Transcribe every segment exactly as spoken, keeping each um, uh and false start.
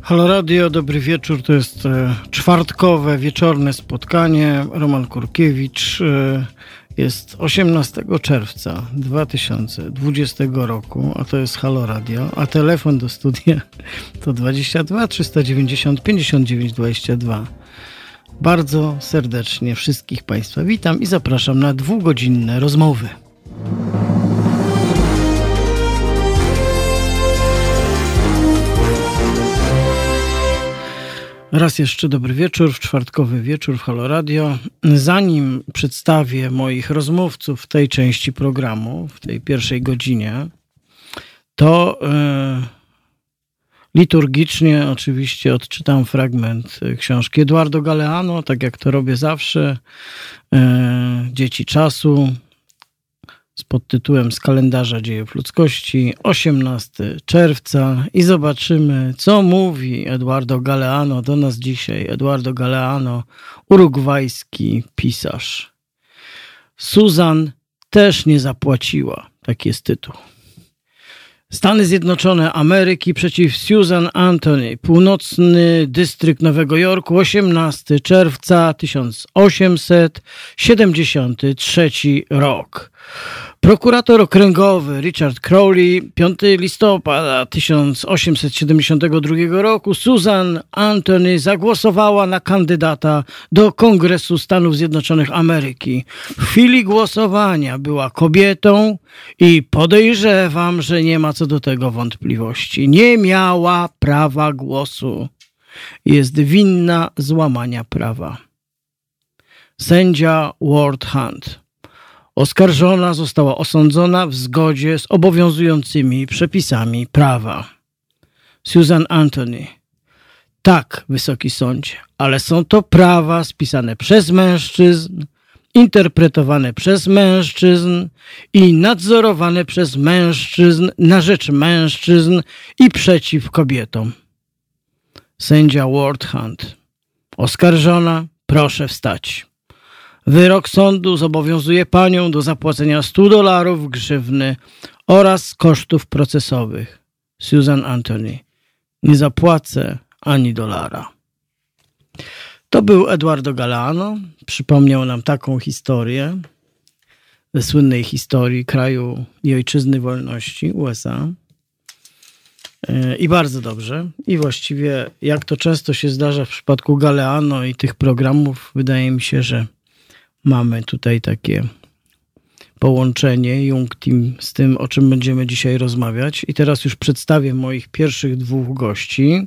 Halo Radio, dobry wieczór. To jest e, czwartkowe, wieczorne spotkanie. Roman Kurkiewicz. E, jest osiemnastego czerwca dwa tysiące dwudziestego roku, a to jest Halo Radio, a telefon do studia to dwadzieścia dwa trzysta dziewięćdziesiąt pięćdziesiąt dziewięć dwadzieścia dwa. Bardzo serdecznie wszystkich Państwa witam i zapraszam na dwugodzinne rozmowy. Raz jeszcze dobry wieczór, w czwartkowy wieczór w Halo Radio. Zanim przedstawię moich rozmówców w tej części programu, w tej pierwszej godzinie, to e, liturgicznie oczywiście odczytam fragment książki Eduardo Galeano, tak jak to robię zawsze, e, Dzieci czasu, z podtytułem Z kalendarza dziejów ludzkości, osiemnastego czerwca, i zobaczymy, co mówi Eduardo Galeano do nas dzisiaj. Eduardo Galeano, urugwajski pisarz. Susan też nie zapłaciła. Taki jest tytuł. Stany Zjednoczone Ameryki przeciw Susan Anthony, północny dystrykt Nowego Jorku, osiemnastego czerwca tysiąc osiemset siedemdziesiąty trzeci rok. Prokurator okręgowy Richard Crowley, piątego listopada tysiąc osiemset siedemdziesiątego drugiego roku, Susan Anthony zagłosowała na kandydata do Kongresu Stanów Zjednoczonych Ameryki. W chwili głosowania była kobietą i podejrzewam, że nie ma co do tego wątpliwości. Nie miała prawa głosu. Jest winna złamania prawa. Sędzia Ward Hunt. Oskarżona została osądzona w zgodzie z obowiązującymi przepisami prawa. Susan Anthony. Tak, Wysoki Sądzie, ale są to prawa spisane przez mężczyzn, interpretowane przez mężczyzn i nadzorowane przez mężczyzn na rzecz mężczyzn i przeciw kobietom. Sędzia Ward Hunt. Oskarżona, proszę wstać. Wyrok sądu zobowiązuje panią do zapłacenia stu dolarów grzywny oraz kosztów procesowych. Susan Anthony. Nie zapłacę ani dolara. To był Eduardo Galeano. Przypomniał nam taką historię ze słynnej historii kraju i ojczyzny wolności U S A. I bardzo dobrze. I właściwie, jak to często się zdarza w przypadku Galeano i tych programów, wydaje mi się, że mamy tutaj takie połączenie, Jungteam, z tym, o czym będziemy dzisiaj rozmawiać. I teraz już przedstawię moich pierwszych dwóch gości.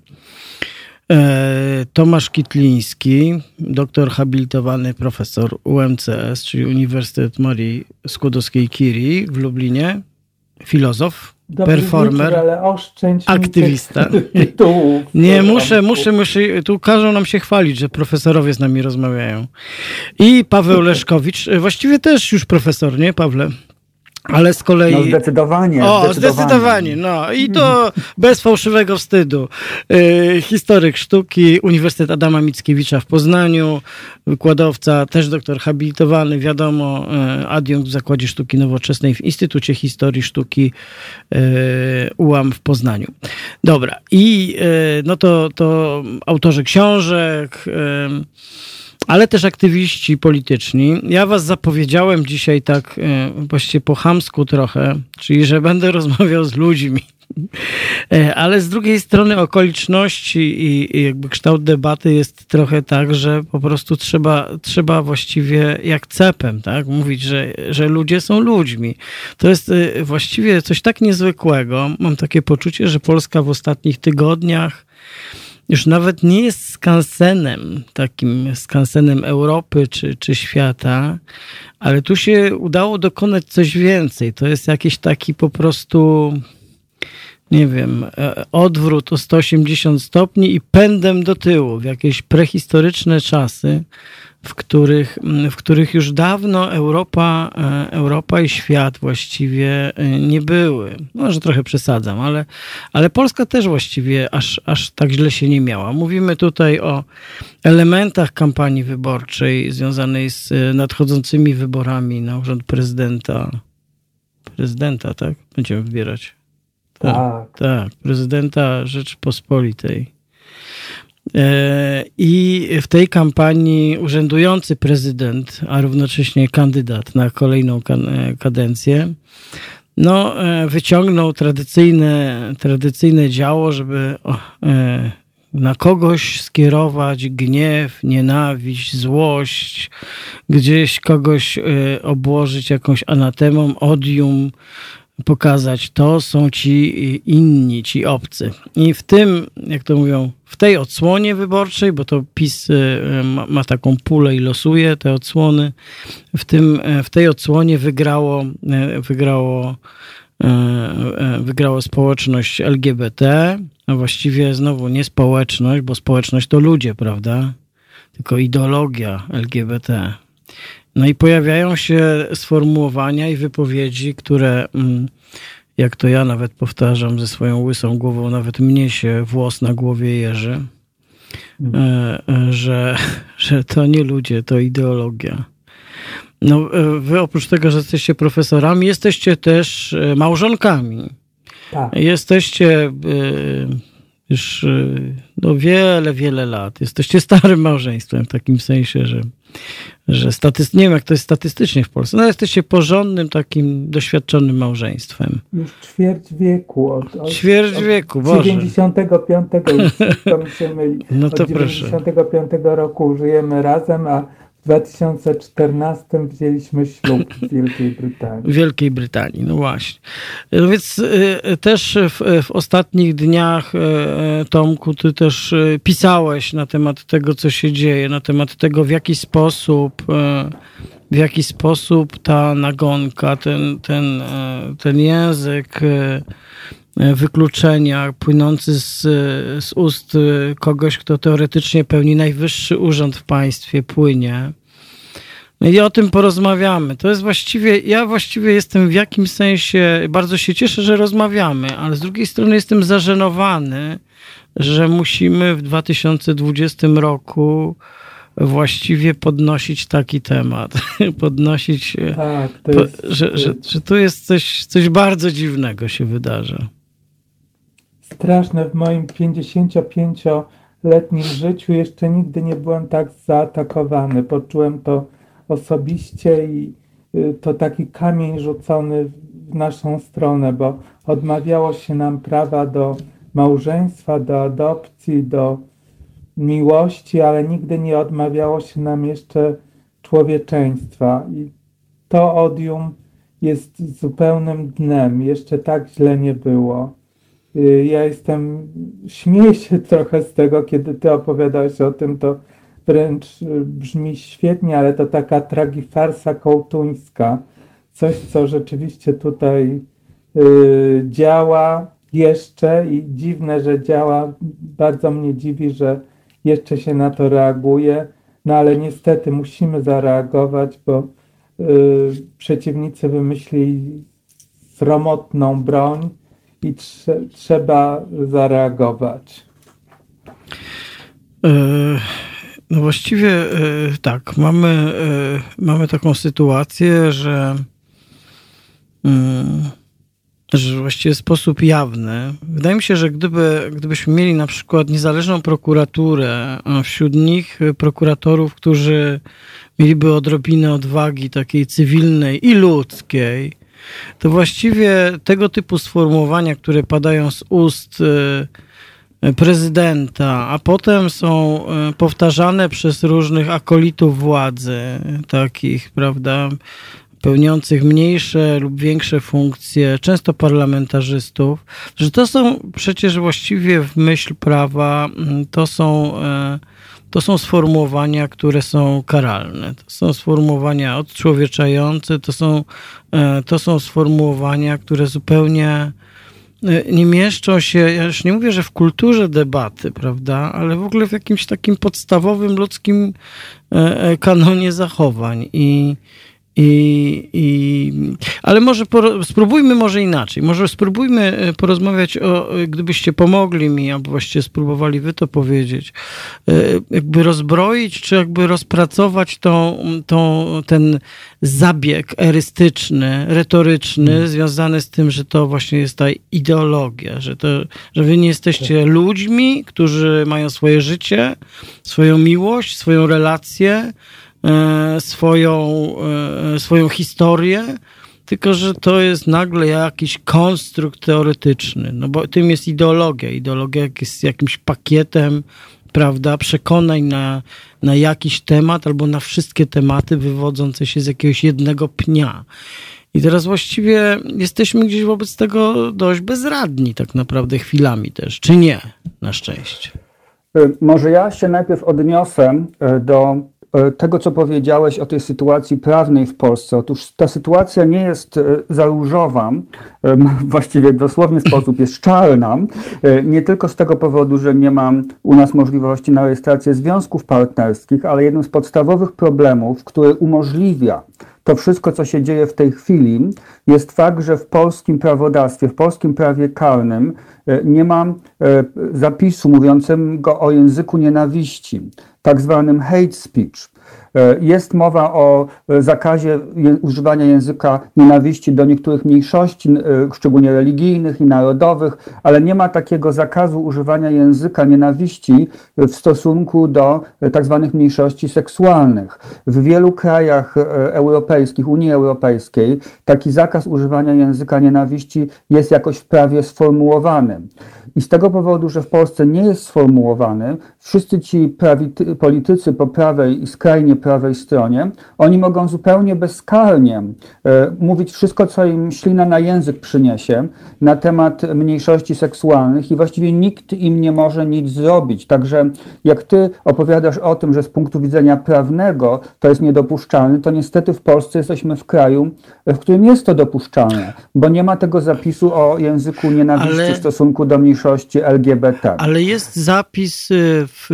Tomasz Kitliński, doktor habilitowany, profesor U M C S, czyli Uniwersytet Marii Skłodowskiej-Curie w Lublinie, filozof, Dobry performer, wieczór, ale oszczędź aktywista. Tytułów, Nie, muszę, muszę, muszę, tu każą nam się chwalić, że profesorowie z nami rozmawiają. I Paweł Leszkowicz, właściwie też już profesor, nie, Pawle? Ale z kolei... No zdecydowanie. O, zdecydowanie. zdecydowanie. No i to bez fałszywego wstydu. Yy, historyk sztuki, Uniwersytet Adama Mickiewicza w Poznaniu, wykładowca, też doktor habilitowany, wiadomo, yy, adiunkt w Zakładzie Sztuki Nowoczesnej w Instytucie Historii Sztuki yy, U A M w Poznaniu. Dobra. I yy, no to, to autorzy książek, yy, ale też aktywiści polityczni. Ja was zapowiedziałem dzisiaj tak e, właściwie po chamsku trochę, czyli że będę rozmawiał z ludźmi. E, ale z drugiej strony okoliczności i, i jakby kształt debaty jest trochę tak, że po prostu trzeba, trzeba właściwie jak cepem, tak, mówić, że, że ludzie są ludźmi. To jest e, właściwie coś tak niezwykłego. Mam takie poczucie, że Polska w ostatnich tygodniach już nawet nie jest skansenem, takim skansenem Europy czy, czy świata, ale tu się udało dokonać coś więcej. To jest jakiś taki po prostu, nie wiem, odwrót o sto osiemdziesiąt stopni i pędem do tyłu w jakieś prehistoryczne czasy, w których, w których już dawno Europa, Europa i świat właściwie nie były. Może trochę przesadzam, ale, ale Polska też właściwie aż, aż tak źle się nie miała. Mówimy tutaj o elementach kampanii wyborczej związanej z nadchodzącymi wyborami na urząd prezydenta. Prezydenta, tak? Będziemy wybierać. Tak, tak, prezydenta Rzeczypospolitej. I w tej kampanii urzędujący prezydent, a równocześnie kandydat na kolejną kadencję, no, wyciągnął tradycyjne, tradycyjne działo, żeby na kogoś skierować gniew, nienawiść, złość, gdzieś kogoś obłożyć jakąś anatemą, odium, pokazać, to są ci inni, ci obcy. I w tym, jak to mówią, w tej odsłonie wyborczej, bo to PiS ma, ma taką pulę i losuje te odsłony, w, tym, w tej odsłonie wygrało, wygrało, wygrało społeczność L G B T, a właściwie znowu nie społeczność, bo społeczność to ludzie, prawda? Tylko ideologia L G B T. No i pojawiają się sformułowania i wypowiedzi, które, jak to ja nawet powtarzam ze swoją łysą głową, nawet mnie się włos na głowie jeży, że, że to nie ludzie, to ideologia. No, wy oprócz tego, że jesteście profesorami, jesteście też małżonkami. Tak. Jesteście już no, wiele, wiele lat. Jesteście starym małżeństwem w takim sensie, że, że statyst... nie wiem, jak to jest statystycznie w Polsce. No, jesteście porządnym, takim doświadczonym małżeństwem. Już ćwierć wieku. Od, od, ćwierć od wieku, Boże. dziewięćdziesiątego piątego to mi się myli. No to od dziewięćdziesiątego piątego roku żyjemy razem, a w dwa tysiące czternastym wzięliśmy ślub w Wielkiej Brytanii. W Wielkiej Brytanii, no właśnie. No więc y, też w, w ostatnich dniach, y, Tomku, ty też y, pisałeś na temat tego, co się dzieje, na temat tego, w jaki sposób, y, w jaki sposób ta nagonka, ten, ten, y, ten język y, wykluczenia płynący z, z ust kogoś, kto teoretycznie pełni najwyższy urząd w państwie, płynie. No i o tym porozmawiamy. To jest właściwie, ja właściwie jestem w jakimś sensie, bardzo się cieszę, że rozmawiamy, ale z drugiej strony jestem zażenowany, że musimy w dwa tysiące dwudziestym roku właściwie podnosić taki temat. podnosić, tak, to jest, po, że, że, że tu jest coś, coś bardzo dziwnego się wydarza. Straszne. W moim pięćdziesięciopięcioletnim życiu jeszcze nigdy nie byłem tak zaatakowany. Poczułem to osobiście i to taki kamień rzucony w naszą stronę, bo odmawiało się nam prawa do małżeństwa, do adopcji, do miłości, ale nigdy nie odmawiało się nam jeszcze człowieczeństwa. I to odium jest zupełnym dnem. Jeszcze tak źle nie było. Ja jestem, śmieję się trochę z tego, kiedy ty opowiadałeś o tym, to wręcz brzmi świetnie, ale to taka tragifarsa kołtuńska. Coś, co rzeczywiście tutaj y, działa jeszcze i dziwne, że działa. Bardzo mnie dziwi, że jeszcze się na to reaguje, no ale niestety musimy zareagować, bo y, przeciwnicy wymyślili sromotną broń, i trze- trzeba zareagować. No właściwie tak, mamy, mamy taką sytuację, że, że właściwie w sposób jawny. Wydaje mi się, że gdyby, gdybyśmy mieli na przykład niezależną prokuraturę, a wśród nich prokuratorów, którzy mieliby odrobinę odwagi takiej cywilnej i ludzkiej, to właściwie tego typu sformułowania, które padają z ust prezydenta, a potem są powtarzane przez różnych akolitów władzy, takich, prawda, pełniących mniejsze lub większe funkcje, często parlamentarzystów, że to są przecież właściwie w myśl prawa, to są To są sformułowania, które są karalne. To są sformułowania odczłowieczające, to są, to są sformułowania, które zupełnie nie mieszczą się, ja już nie mówię, że w kulturze debaty, prawda, ale w ogóle w jakimś takim podstawowym ludzkim kanonie zachowań. I, I, i, ale może por, spróbujmy może inaczej. Może spróbujmy porozmawiać o, gdybyście pomogli mi, albo właściwie spróbowali wy to powiedzieć, jakby rozbroić, czy jakby rozpracować tą, tą, ten zabieg erystyczny, retoryczny, hmm. związany z tym, że to właśnie jest ta ideologia, że, to, że wy nie jesteście ludźmi, którzy mają swoje życie, swoją miłość, swoją relację, swoją, swoją historię, tylko że to jest nagle jakiś konstrukt teoretyczny, no bo tym jest ideologia. Ideologia jest jakimś pakietem, prawda, przekonań na, na jakiś temat albo na wszystkie tematy wywodzące się z jakiegoś jednego pnia. I teraz właściwie jesteśmy gdzieś wobec tego dość bezradni tak naprawdę chwilami też, czy nie, na szczęście. Może ja się najpierw odniosę do tego, co powiedziałeś o tej sytuacji prawnej w Polsce. Otóż ta sytuacja nie jest za różowa, właściwie w dosłowny sposób jest czarna, nie tylko z tego powodu, że nie ma u nas możliwości na rejestrację związków partnerskich, ale jednym z podstawowych problemów, który umożliwia to wszystko, co się dzieje w tej chwili, jest fakt, że w polskim prawodawstwie, w polskim prawie karnym nie ma zapisu mówiącego o języku nienawiści, tak zwanym hate speech. Jest mowa o zakazie używania języka nienawiści do niektórych mniejszości, szczególnie religijnych i narodowych, ale nie ma takiego zakazu używania języka nienawiści w stosunku do tak zwanych mniejszości seksualnych. W wielu krajach europejskich, Unii Europejskiej, taki zakaz używania języka nienawiści jest jakoś w prawie sformułowany. I z tego powodu, że w Polsce nie jest sformułowany, wszyscy ci prawi- politycy po prawej i skrajnie prawej stronie, oni mogą zupełnie bezkarnie e, mówić wszystko, co im ślina na język przyniesie na temat mniejszości seksualnych i właściwie nikt im nie może nic zrobić. Także jak ty opowiadasz o tym, że z punktu widzenia prawnego to jest niedopuszczalne, to niestety w Polsce jesteśmy w kraju, w którym jest to dopuszczalne, bo nie ma tego zapisu o języku nienawiści ale... w stosunku do mniejszości L G B T. Ale jest zapis w,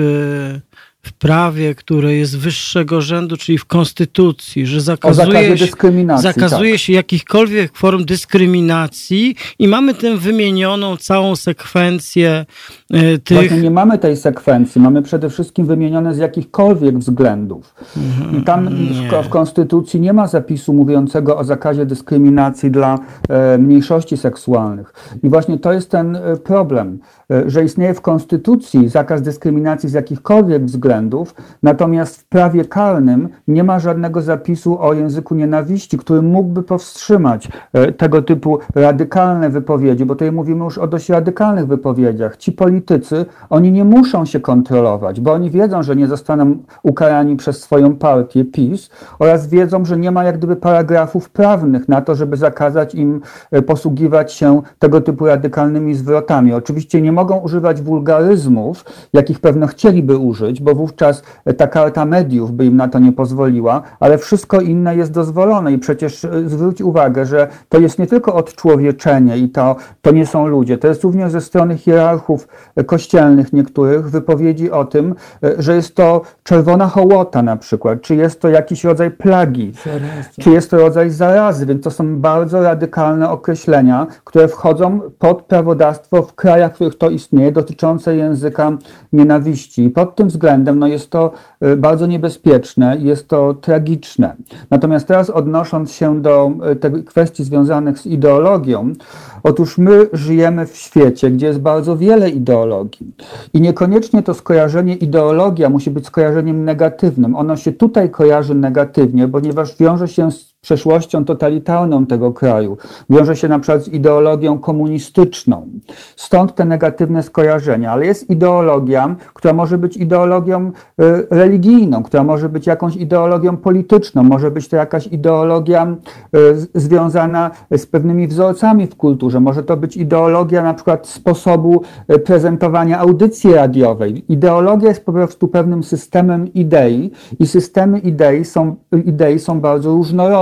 w prawie, które jest wyższego rzędu, czyli w konstytucji, że zakazuje, się, zakazuje tak. się jakichkolwiek form dyskryminacji i mamy tę wymienioną całą sekwencję tych... Właśnie nie mamy tej sekwencji, mamy przede wszystkim wymienione z jakichkolwiek względów. Mhm, I tam w, w konstytucji nie ma zapisu mówiącego o zakazie dyskryminacji dla e, mniejszości seksualnych. I właśnie to jest ten e, problem, e, że istnieje w konstytucji zakaz dyskryminacji z jakichkolwiek względów, natomiast w prawie karnym nie ma żadnego zapisu o języku nienawiści, który mógłby powstrzymać e, tego typu radykalne wypowiedzi, bo tutaj mówimy już o dość radykalnych wypowiedziach. Ci politycy, oni nie muszą się kontrolować, bo oni wiedzą, że nie zostaną ukarani przez swoją partię PiS oraz wiedzą, że nie ma jak gdyby paragrafów prawnych na to, żeby zakazać im posługiwać się tego typu radykalnymi zwrotami. Oczywiście nie mogą używać wulgaryzmów, jakich pewno chcieliby użyć, bo wówczas ta karta mediów by im na to nie pozwoliła, ale wszystko inne jest dozwolone i przecież zwróć uwagę, że to jest nie tylko odczłowieczenie i to, to nie są ludzie, to jest również ze strony hierarchów kościelnych niektórych wypowiedzi o tym, że jest to czerwona hołota na przykład, czy jest to jakiś rodzaj plagi, czy jest to rodzaj zarazy, więc to są bardzo radykalne określenia, które wchodzą pod prawodawstwo w krajach, w których to istnieje, dotyczące języka nienawiści. I pod tym względem no, jest to bardzo niebezpieczne i jest to tragiczne. Natomiast teraz odnosząc się do tych kwestii związanych z ideologią, otóż my żyjemy w świecie, gdzie jest bardzo wiele ideologii i niekoniecznie to skojarzenie ideologia musi być skojarzeniem negatywnym. Ono się tutaj kojarzy negatywnie, ponieważ wiąże się z przeszłością totalitarną tego kraju. Wiąże się na przykład z ideologią komunistyczną. Stąd te negatywne skojarzenia. Ale jest ideologia, która może być ideologią y, religijną, która może być jakąś ideologią polityczną, może być to jakaś ideologia y, związana z pewnymi wzorcami w kulturze. Może to być ideologia na przykład sposobu y, prezentowania audycji radiowej. Ideologia jest po prostu pewnym systemem idei i systemy idei są, idei są bardzo różnorodne.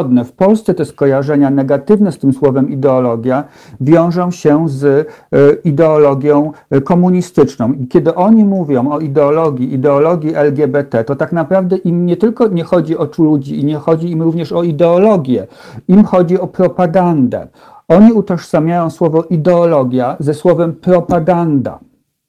różnorodne. W Polsce te skojarzenia negatywne z tym słowem ideologia wiążą się z y, ideologią y, komunistyczną. I kiedy oni mówią o ideologii, ideologii L G B T, to tak naprawdę im nie tylko nie chodzi o ludzi i nie chodzi im również o ideologię, im chodzi o propagandę. Oni utożsamiają słowo ideologia ze słowem propaganda.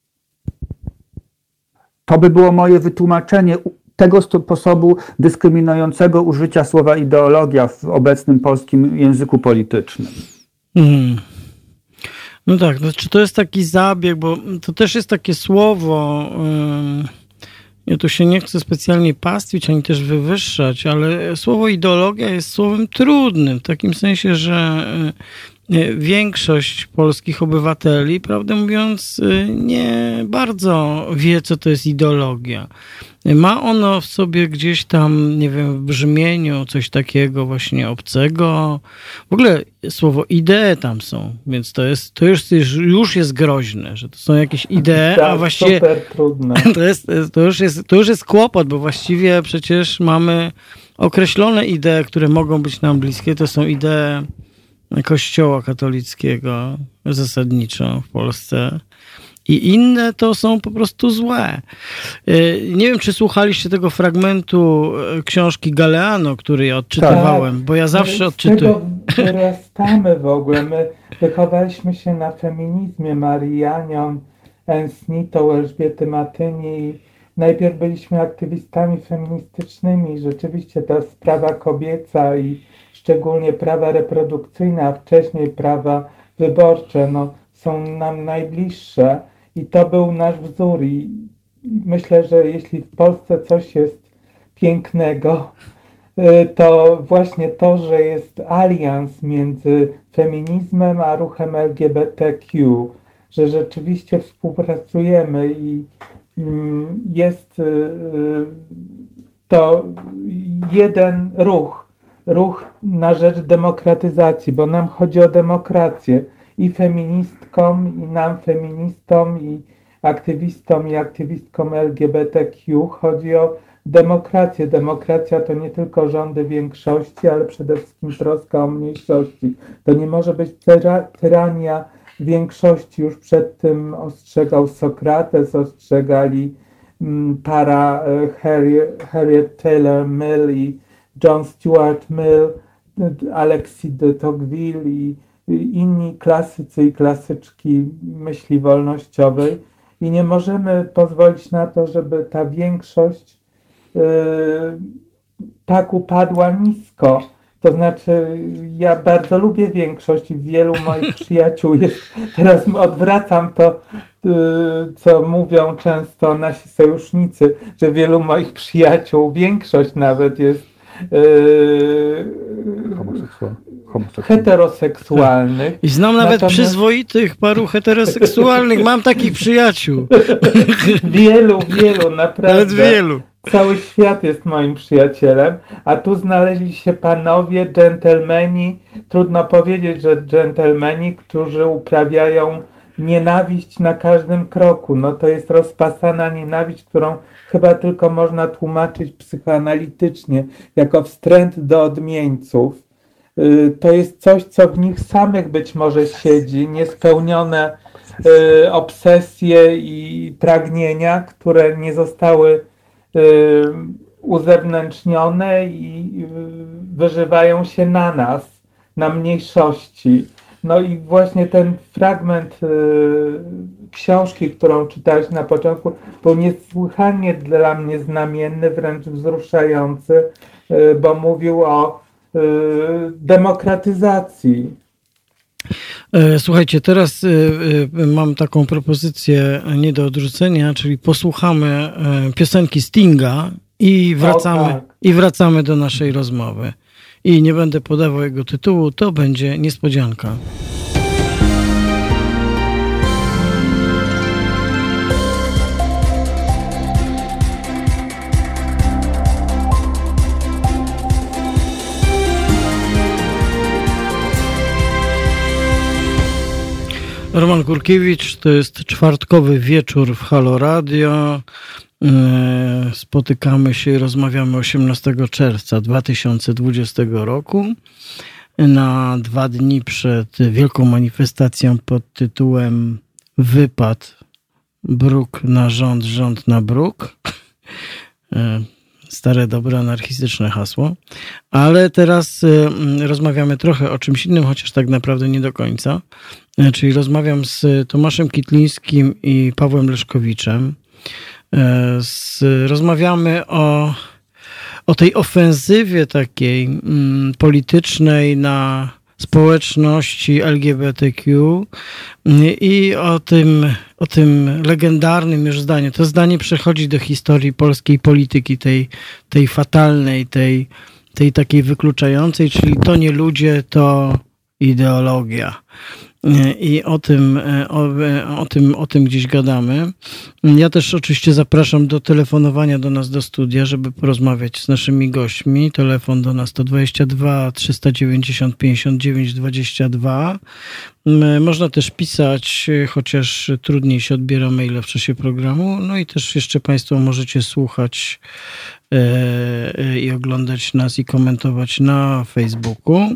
To by było moje wytłumaczenie tego sposobu dyskryminującego użycia słowa ideologia w obecnym polskim języku politycznym. Hmm. No tak, znaczy to jest taki zabieg, bo to też jest takie słowo, yy, ja tu się nie chcę specjalnie pastwić, ani też wywyższać, ale słowo ideologia jest słowem trudnym, w takim sensie, że yy, większość polskich obywateli, prawdę mówiąc, nie bardzo wie, co to jest ideologia. Ma ono w sobie gdzieś tam, nie wiem, w brzmieniu coś takiego właśnie obcego. W ogóle słowo idee tam są, więc to jest, to już, już jest groźne, że to są jakieś idee, tak, a właściwie super trudne. To, jest, to, już jest, to już jest kłopot, bo właściwie przecież mamy określone idee, które mogą być nam bliskie. To są idee Kościoła katolickiego zasadniczo w Polsce. I inne to są po prostu złe. Nie wiem, czy słuchaliście tego fragmentu książki Galeano, który ja odczytywałem, tak, bo ja zawsze odczytuję. Z tego wyrastamy w ogóle. My wychowaliśmy się na feminizmie Marianion, Ensnito, Elżbiety Matyni i najpierw byliśmy aktywistami feministycznymi. Rzeczywiście ta sprawa kobieca i szczególnie prawa reprodukcyjne, a wcześniej prawa wyborcze, no, są nam najbliższe i to był nasz wzór i myślę, że jeśli w Polsce coś jest pięknego, to właśnie to, że jest alians między feminizmem a ruchem L G B T Q, że rzeczywiście współpracujemy i jest to jeden ruch, ruch na rzecz demokratyzacji, bo nam chodzi o demokrację i feministkom, i nam feministom, i aktywistom, i aktywistkom L G B T Q chodzi o demokrację. Demokracja to nie tylko rządy większości, ale przede wszystkim troska o mniejszości. To nie może być tyra, tyrania większości. Już przed tym ostrzegał Sokrates, ostrzegali mm, para Harriet, Harriet Taylor Mill i John Stuart Mill, Alexis de Tocqueville i inni klasycy i klasyczki myśli wolnościowej i nie możemy pozwolić na to, żeby ta większość yy, tak upadła nisko. To znaczy, ja bardzo lubię większość i wielu moich przyjaciół jest, teraz odwracam to, yy, co mówią często nasi sojusznicy, że wielu moich przyjaciół, większość nawet jest yy, homoseksualny. heteroseksualnych. I znam nawet Natomiast... przyzwoitych paru heteroseksualnych. Mam takich przyjaciół. Wielu, wielu, naprawdę. Nawet wielu. Cały świat jest moim przyjacielem, a tu znaleźli się panowie, dżentelmeni. Trudno powiedzieć, że dżentelmeni, którzy uprawiają nienawiść na każdym kroku. No to jest rozpasana nienawiść, którą chyba tylko można tłumaczyć psychoanalitycznie, jako wstręt do odmieńców. To jest coś, co w nich samych być może siedzi, niespełnione y, obsesje i pragnienia, które nie zostały y, uzewnętrznione i y, wyżywają się na nas, na mniejszości. No i właśnie ten fragment y, książki, którą czytałeś na początku, był niesłychanie dla mnie znamienny, wręcz wzruszający, y, bo mówił o demokratyzacji. Słuchajcie, teraz mam taką propozycję nie do odrzucenia, czyli posłuchamy piosenki Stinga i wracamy, o, tak. i wracamy do naszej rozmowy. I nie będę podawał jego tytułu, to będzie niespodzianka. Roman Kurkiewicz, to jest czwartkowy wieczór w Halo Radio. Spotykamy się i rozmawiamy osiemnastego czerwca dwa tysiące dwudziestego roku na dwa dni przed wielką manifestacją pod tytułem Wypad, bruk na rząd, rząd na bruk. Stare, dobre, anarchistyczne hasło. Ale teraz rozmawiamy trochę o czymś innym, chociaż tak naprawdę nie do końca. Czyli rozmawiam z Tomaszem Kitlińskim i Pawłem Leszkowiczem. Z, rozmawiamy o, o tej ofensywie takiej mm, politycznej na społeczności L G B T Q i o tym, o tym legendarnym już zdaniu. To zdanie przechodzi do historii polskiej polityki, tej, tej fatalnej, tej, tej takiej wykluczającej, czyli to nie ludzie, to ideologia. I o tym, o, o, tym, o tym gdzieś gadamy. Ja też oczywiście zapraszam do telefonowania do nas do studia, żeby porozmawiać z naszymi gośćmi. Telefon do nas to dwadzieścia dwa trzysta dziewięćdziesiąt pięćdziesiąt dziewięć dwadzieścia dwa. Można też pisać, chociaż trudniej się odbiera maile w czasie programu. No i też jeszcze Państwo możecie słuchać e, i oglądać nas i komentować na Facebooku.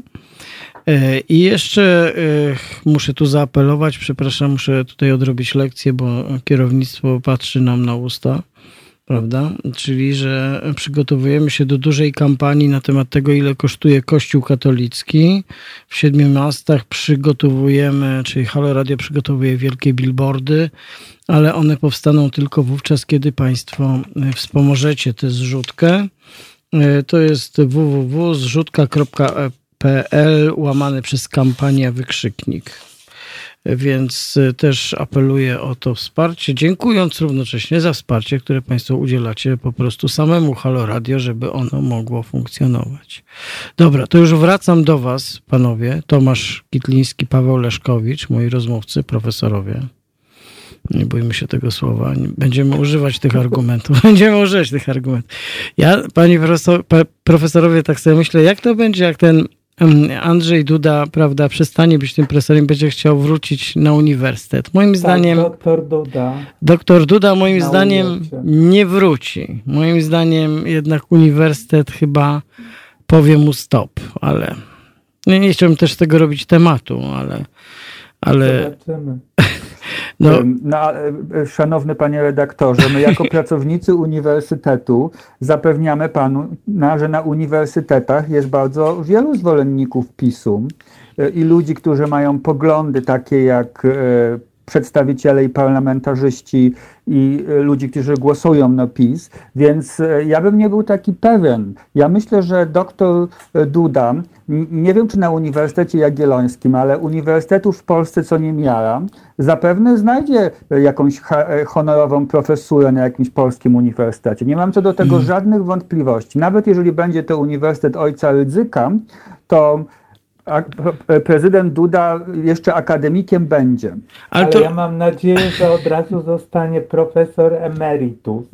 I jeszcze muszę tu zaapelować, przepraszam, muszę tutaj odrobić lekcję, bo kierownictwo patrzy nam na usta, prawda? Czyli, że przygotowujemy się do dużej kampanii na temat tego, ile kosztuje Kościół katolicki. W siedmiu miastach przygotowujemy, czyli Halo Radio przygotowuje wielkie billboardy, ale one powstaną tylko wówczas, kiedy Państwo wspomożecie tę zrzutkę. To jest w w w kropka zrzutka kropka p l łamane przez kampania wykrzyknik. Więc też apeluję o to wsparcie, dziękując równocześnie za wsparcie, które Państwo udzielacie po prostu samemu Halo Radio, żeby ono mogło funkcjonować. Dobra, to już wracam do Was, panowie. Tomasz Kitliński, Paweł Leszkowicz, moi rozmówcy, profesorowie. Nie bójmy się tego słowa. Będziemy używać tych argumentów. Będziemy używać tych argumentów. Ja, panie profesor, profesorowie, tak sobie myślę, jak to będzie, jak ten Andrzej Duda, prawda, przestanie być tym profesorem, będzie chciał wrócić na uniwersytet. Moim tak, zdaniem... Doktor Duda. Doktor Duda moim zdaniem nie wróci. Moim zdaniem jednak uniwersytet chyba powie mu stop, ale... Nie, nie chciałbym też z tego robić tematu, ale... ale... Zobaczymy. No. No, szanowny panie redaktorze, my jako pracownicy uniwersytetu zapewniamy panu, że na uniwersytetach jest bardzo wielu zwolenników PiS-u i ludzi, którzy mają poglądy takie jak przedstawiciele i parlamentarzyści i ludzi, którzy głosują na PiS, więc ja bym nie był taki pewien. Ja myślę, że doktor Duda, nie wiem czy na Uniwersytecie Jagiellońskim, ale uniwersytetów w Polsce co niemiara, zapewne znajdzie jakąś honorową profesurę na jakimś polskim uniwersytecie. Nie mam co do tego hmm. żadnych wątpliwości. Nawet jeżeli będzie to Uniwersytet Ojca Rydzyka, to A prezydent Duda jeszcze akademikiem będzie. Ale, Ale to... ja mam nadzieję, że od razu zostanie profesor emeritus.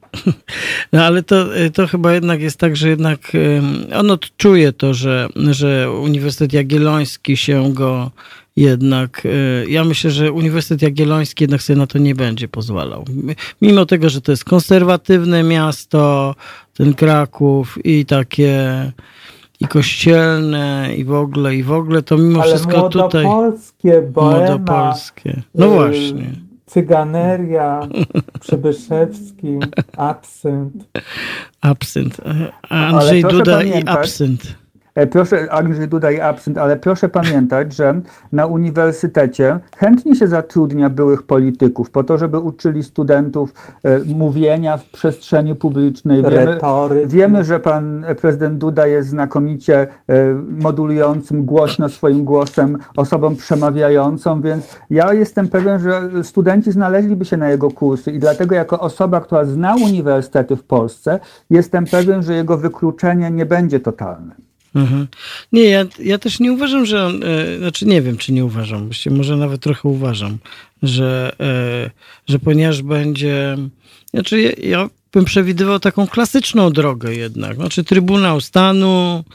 No ale to, to chyba jednak jest tak, że jednak on odczuje to, że, że Uniwersytet Jagielloński się go jednak, ja myślę, że Uniwersytet Jagielloński jednak sobie na to nie będzie pozwalał. Mimo tego, że to jest konserwatywne miasto, ten Kraków i takie... i kościelne, i w ogóle, i w ogóle, to mimo ale wszystko tutaj... młodopolskie, boema, młodopolskie. No właśnie. Cyganeria, Przybyszewski, absynt. Absynt. Andrzej Duda pamiętać, i absynt. Proszę, Andrzej Duda i absynt, ale proszę pamiętać, że na uniwersytecie chętnie się zatrudnia byłych polityków po to, żeby uczyli studentów e, mówienia w przestrzeni publicznej. Wiemy, wiemy, że pan prezydent Duda jest znakomicie e, modulującym głośno swoim głosem osobą przemawiającą, więc ja jestem pewien, że studenci znaleźliby się na jego kursy i dlatego jako osoba, która zna uniwersytety w Polsce, jestem pewien, że jego wykluczenie nie będzie totalne. Mhm. Nie, ja, ja też nie uważam, że on, e, znaczy nie wiem, czy nie uważam, właściwie może nawet trochę uważam, że, e, że ponieważ będzie, znaczy ja, ja bym przewidywał taką klasyczną drogę jednak, znaczy Trybunał Stanu,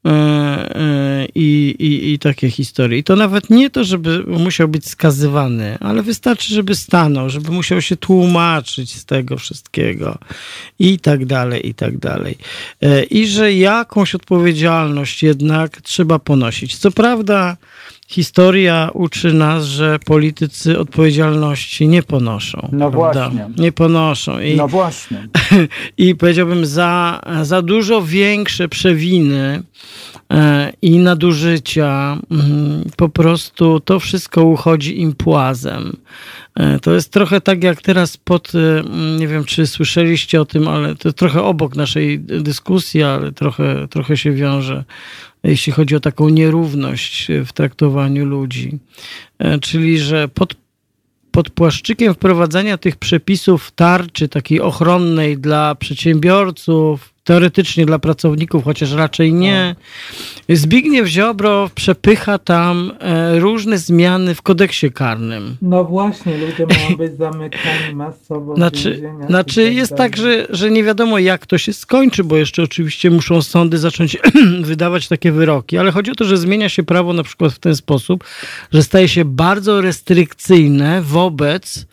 i, i, i takie historie. I to nawet nie to, żeby musiał być skazywany, ale wystarczy, żeby stanął, żeby musiał się tłumaczyć z tego wszystkiego i tak dalej, i tak dalej. I że jakąś odpowiedzialność jednak trzeba ponosić. Co prawda historia uczy nas, że politycy odpowiedzialności nie ponoszą. No prawda? właśnie. Nie ponoszą. I, no właśnie. I powiedziałbym, za, za dużo większe przewiny e, i nadużycia mm, po prostu to wszystko uchodzi im płazem. E, to jest trochę tak jak teraz pod, e, nie wiem czy słyszeliście o tym, ale to trochę obok naszej dyskusji, ale trochę, trochę się wiąże, jeśli chodzi o taką nierówność w traktowaniu ludzi. E, czyli, że pod pod płaszczykiem wprowadzania tych przepisów tarczy takiej ochronnej dla przedsiębiorców, teoretycznie dla pracowników, chociaż raczej nie, Zbigniew Ziobro przepycha tam różne zmiany w kodeksie karnym. No właśnie, ludzie mają być zamykani masowo w Znaczy, więzieniach znaczy i tak jest dalej. tak, że, że nie wiadomo jak to się skończy, bo jeszcze oczywiście muszą sądy zacząć wydawać takie wyroki, ale chodzi o to, że zmienia się prawo na przykład w ten sposób, że staje się bardzo restrykcyjne wobec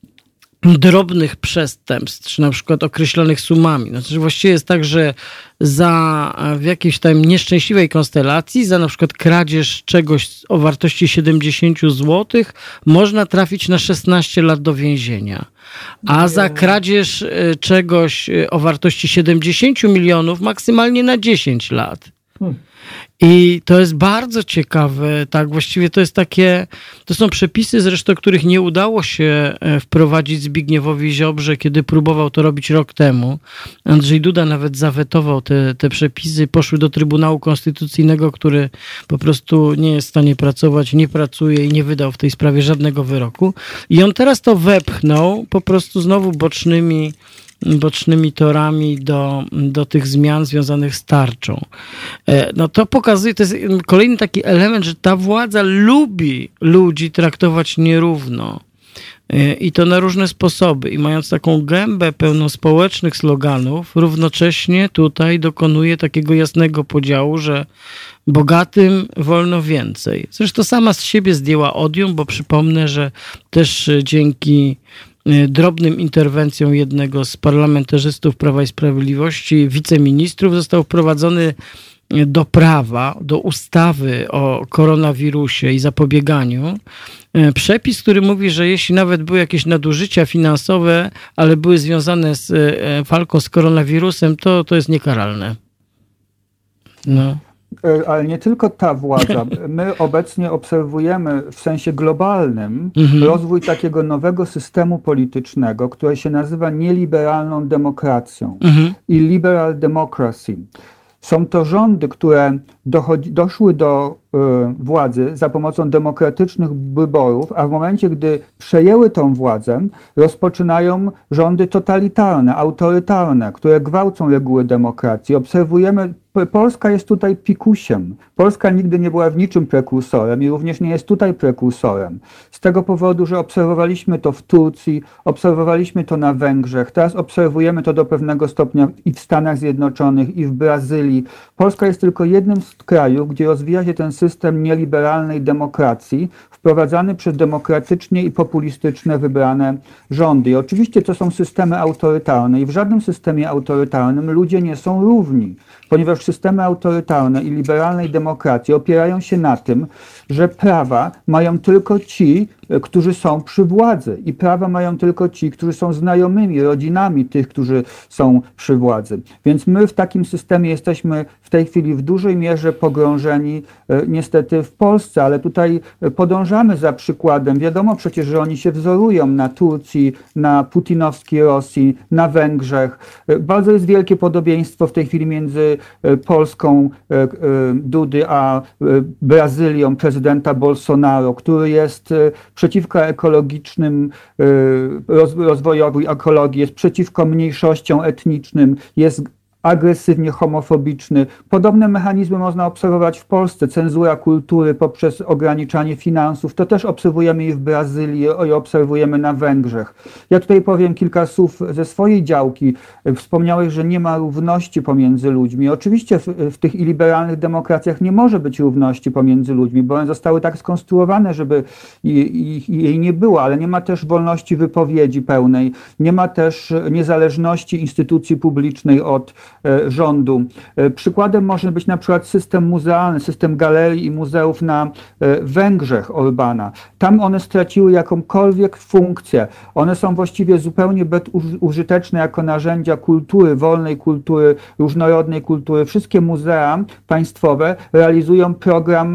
drobnych przestępstw, czy na przykład określonych sumami. Znaczy właściwie jest tak, że za w jakiejś tam nieszczęśliwej konstelacji, za na przykład kradzież czegoś o wartości siedemdziesiąt złotych można trafić na szesnaście lat do więzienia. A za kradzież czegoś o wartości siedemdziesiąt milionów maksymalnie na dziesięć lat. Hmm. I to jest bardzo ciekawe, tak, właściwie to jest takie, to są przepisy zresztą, których nie udało się wprowadzić Zbigniewowi Ziobrze, kiedy próbował to robić rok temu. Andrzej Duda nawet zawetował te, te przepisy, poszły do Trybunału Konstytucyjnego, który po prostu nie jest w stanie pracować, nie pracuje i nie wydał w tej sprawie żadnego wyroku. I on teraz to wepchnął po prostu znowu bocznymi bocznymi torami do, do tych zmian związanych z tarczą. No to pokazuje, to jest kolejny taki element, że ta władza lubi ludzi traktować nierówno. I to na różne sposoby. I mając taką gębę pełną społecznych sloganów, równocześnie tutaj dokonuje takiego jasnego podziału, że bogatym wolno więcej. Zresztą sama z siebie zdjęła odium, bo przypomnę, że też dzięki drobnym interwencjom jednego z parlamentarzystów Prawa i Sprawiedliwości, wiceministrów, został wprowadzony do prawa, do ustawy o koronawirusie i zapobieganiu przepis, który mówi, że jeśli nawet były jakieś nadużycia finansowe, ale były związane z walką z koronawirusem, to, to jest niekaralne. No. Ale nie tylko ta władza. My obecnie obserwujemy w sensie globalnym mhm. rozwój takiego nowego systemu politycznego, który się nazywa nieliberalną demokracją mhm. i liberal democracy. Są to rządy, które dochodzi, doszły do y, władzy za pomocą demokratycznych wyborów, a w momencie, gdy przejęły tą władzę, rozpoczynają rządy totalitarne, autorytarne, które gwałcą reguły demokracji. Obserwujemy, Polska jest tutaj pikusiem. Polska nigdy nie była w niczym prekursorem i również nie jest tutaj prekursorem. Z tego powodu, że obserwowaliśmy to w Turcji, obserwowaliśmy to na Węgrzech, teraz obserwujemy to do pewnego stopnia i w Stanach Zjednoczonych, i w Brazylii. Polska jest tylko jednym z krajów, gdzie rozwija się ten system nieliberalnej demokracji, wprowadzany przez demokratycznie i populistyczne wybrane rządy. I oczywiście to są systemy autorytarne i w żadnym systemie autorytarnym ludzie nie są równi, ponieważ systemy autorytarne i liberalnej demokracji opierają się na tym, że prawa mają tylko ci, którzy są przy władzy i prawa mają tylko ci, którzy są znajomymi, rodzinami tych, którzy są przy władzy. Więc my w takim systemie jesteśmy w tej chwili w dużej mierze pogrążeni niestety w Polsce, ale tutaj podążamy za przykładem. Wiadomo przecież, że oni się wzorują na Turcji, na putinowskiej Rosji, na Węgrzech. Bardzo jest wielkie podobieństwo w tej chwili między Polską Dudy a Brazylią prezydenta Bolsonaro, który jest przeciwko ekologicznym rozwojowi ekologii, jest przeciwko mniejszościom etnicznym, jest agresywnie homofobiczny. Podobne mechanizmy można obserwować w Polsce. Cenzura kultury poprzez ograniczanie finansów. To też obserwujemy i w Brazylii, i obserwujemy na Węgrzech. Ja tutaj powiem kilka słów ze swojej działki. Wspomniałeś, że nie ma równości pomiędzy ludźmi. Oczywiście w, w tych iliberalnych demokracjach nie może być równości pomiędzy ludźmi, bo one zostały tak skonstruowane, żeby jej nie było, ale nie ma też wolności wypowiedzi pełnej. Nie ma też niezależności instytucji publicznej od rządu. Przykładem może być na przykład system muzealny, system galerii i muzeów na Węgrzech Orbana. Tam one straciły jakąkolwiek funkcję. One są właściwie zupełnie bezużyteczne jako narzędzia kultury, wolnej kultury, różnorodnej kultury. Wszystkie muzea państwowe realizują program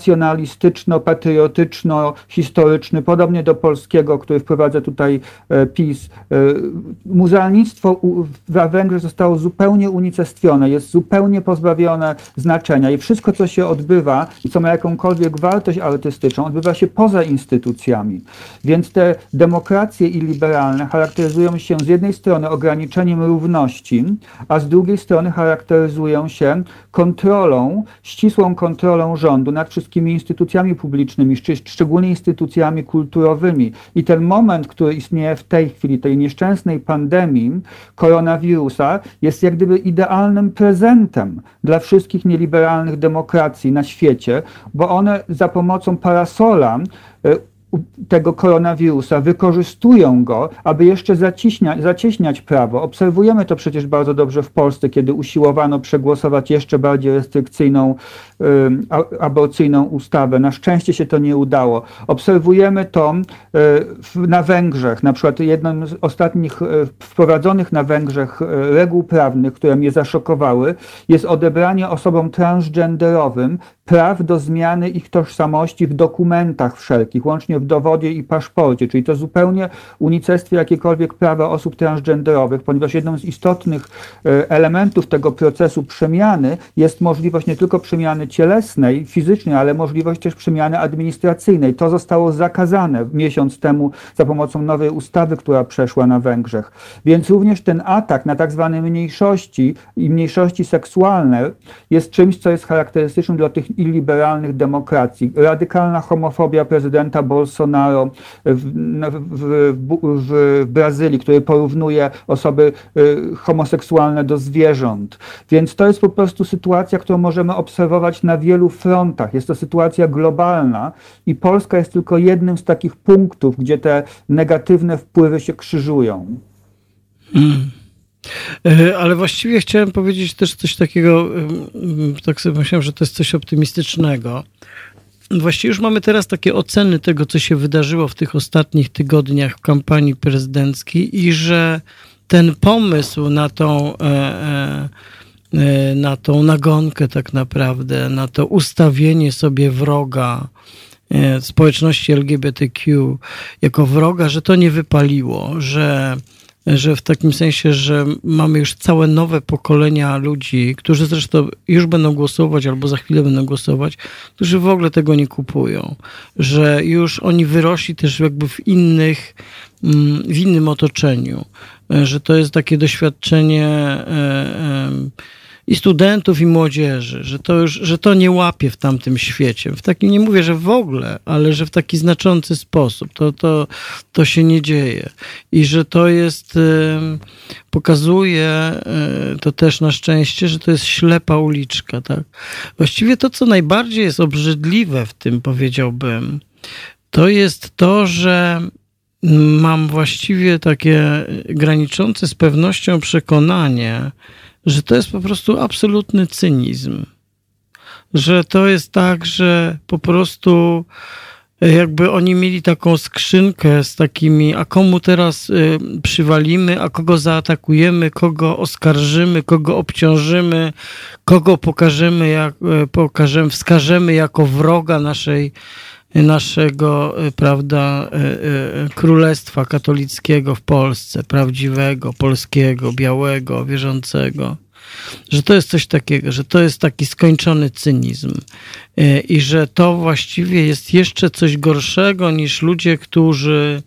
nacjonalistyczno-patriotyczno-historyczny, podobnie do polskiego, który wprowadza tutaj PiS. Muzealnictwo na Węgrzech zostało zupełnie unicestwione, jest zupełnie pozbawione znaczenia i wszystko, co się odbywa i co ma jakąkolwiek wartość artystyczną, odbywa się poza instytucjami. Więc te demokracje iliberalne charakteryzują się z jednej strony ograniczeniem równości, a z drugiej strony charakteryzują się kontrolą, ścisłą kontrolą rządu nad wszystkimi instytucjami publicznymi, szczególnie instytucjami kulturowymi. I ten moment, który istnieje w tej chwili, tej nieszczęsnej pandemii koronawirusa, jest jak gdyby idealnym prezentem dla wszystkich nieliberalnych demokracji na świecie, bo one za pomocą parasola tego koronawirusa wykorzystują go, aby jeszcze zacieśniać, zacieśniać prawo. Obserwujemy to przecież bardzo dobrze w Polsce, kiedy usiłowano przegłosować jeszcze bardziej restrykcyjną, y, aborcyjną ustawę. Na szczęście się to nie udało. Obserwujemy to y, w, na Węgrzech. Na przykład jedną z ostatnich y, wprowadzonych na Węgrzech y, reguł prawnych, które mnie zaszokowały, jest odebranie osobom transgenderowym praw do zmiany ich tożsamości w dokumentach wszelkich, łącznie w dowodzie i paszporcie, czyli to zupełnie unicestwia jakiekolwiek prawa osób transgenderowych, ponieważ jedną z istotnych elementów tego procesu przemiany jest możliwość nie tylko przemiany cielesnej, fizycznej, ale możliwość też przemiany administracyjnej. To zostało zakazane miesiąc temu za pomocą nowej ustawy, która przeszła na Węgrzech. Więc również ten atak na tak zwane mniejszości i mniejszości seksualne jest czymś, co jest charakterystyczne dla tych iliberalnych demokracji. Radykalna homofobia prezydenta Bolsonaro w, w, w, w Brazylii, który porównuje osoby y, homoseksualne do zwierząt. Więc to jest po prostu sytuacja, którą możemy obserwować na wielu frontach. Jest to sytuacja globalna i Polska jest tylko jednym z takich punktów, gdzie te negatywne wpływy się krzyżują. Hmm. Ale właściwie chciałem powiedzieć też coś takiego, tak sobie myślałem, że to jest coś optymistycznego. Właściwie już mamy teraz takie oceny tego, co się wydarzyło w tych ostatnich tygodniach w kampanii prezydenckiej i że ten pomysł na tą, na tą nagonkę tak naprawdę, na to ustawienie sobie wroga społeczności L G B T Q jako wroga, że to nie wypaliło, że że w takim sensie, że mamy już całe nowe pokolenia ludzi, którzy zresztą już będą głosować albo za chwilę będą głosować, którzy w ogóle tego nie kupują, że już oni wyrośli też jakby w innych, w innym otoczeniu, że to jest takie doświadczenie i studentów, i młodzieży, że to już, że to nie łapie w tamtym świecie. W takim, nie mówię, że w ogóle, ale że w taki znaczący sposób. To, to, to się nie dzieje. I że to jest, pokazuje to też na szczęście, że to jest ślepa uliczka, tak? Właściwie to, co najbardziej jest obrzydliwe w tym, powiedziałbym, to jest to, że mam właściwie takie graniczące z pewnością przekonanie, że to jest po prostu absolutny cynizm. Że to jest tak, że po prostu jakby oni mieli taką skrzynkę z takimi, a komu teraz y, przywalimy, a kogo zaatakujemy, kogo oskarżymy, kogo obciążymy, kogo pokażemy, jak, pokażemy, wskażemy jako wroga naszej naszego, prawda, królestwa katolickiego w Polsce, prawdziwego, polskiego, białego, wierzącego. Że to jest coś takiego, że to jest taki skończony cynizm i że to właściwie jest jeszcze coś gorszego niż ludzie, którzy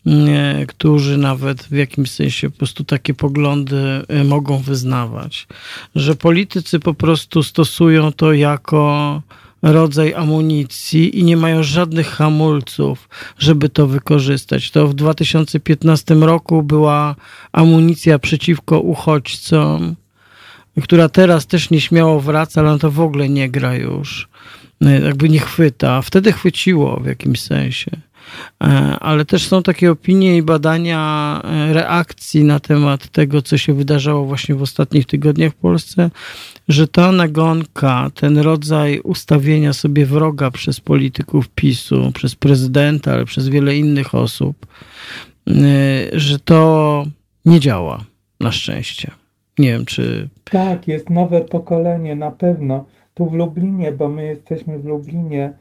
nie, którzy nawet w jakimś sensie po prostu takie poglądy mogą wyznawać, że politycy po prostu stosują to jako rodzaj amunicji i nie mają żadnych hamulców, żeby to wykorzystać. To w dwa tysiące piętnastym roku była amunicja przeciwko uchodźcom, która teraz też nieśmiało wraca, ale to w ogóle nie gra już. Jakby nie chwyta. Wtedy chwyciło w jakimś sensie. Ale też są takie opinie i badania reakcji na temat tego, co się wydarzało właśnie w ostatnich tygodniach w Polsce, że ta nagonka, ten rodzaj ustawienia sobie wroga przez polityków PiSu, przez prezydenta, ale przez wiele innych osób, że to nie działa, na szczęście. Nie wiem, czy... Tak, jest nowe pokolenie, na pewno. Tu w Lublinie, bo my jesteśmy w Lublinie,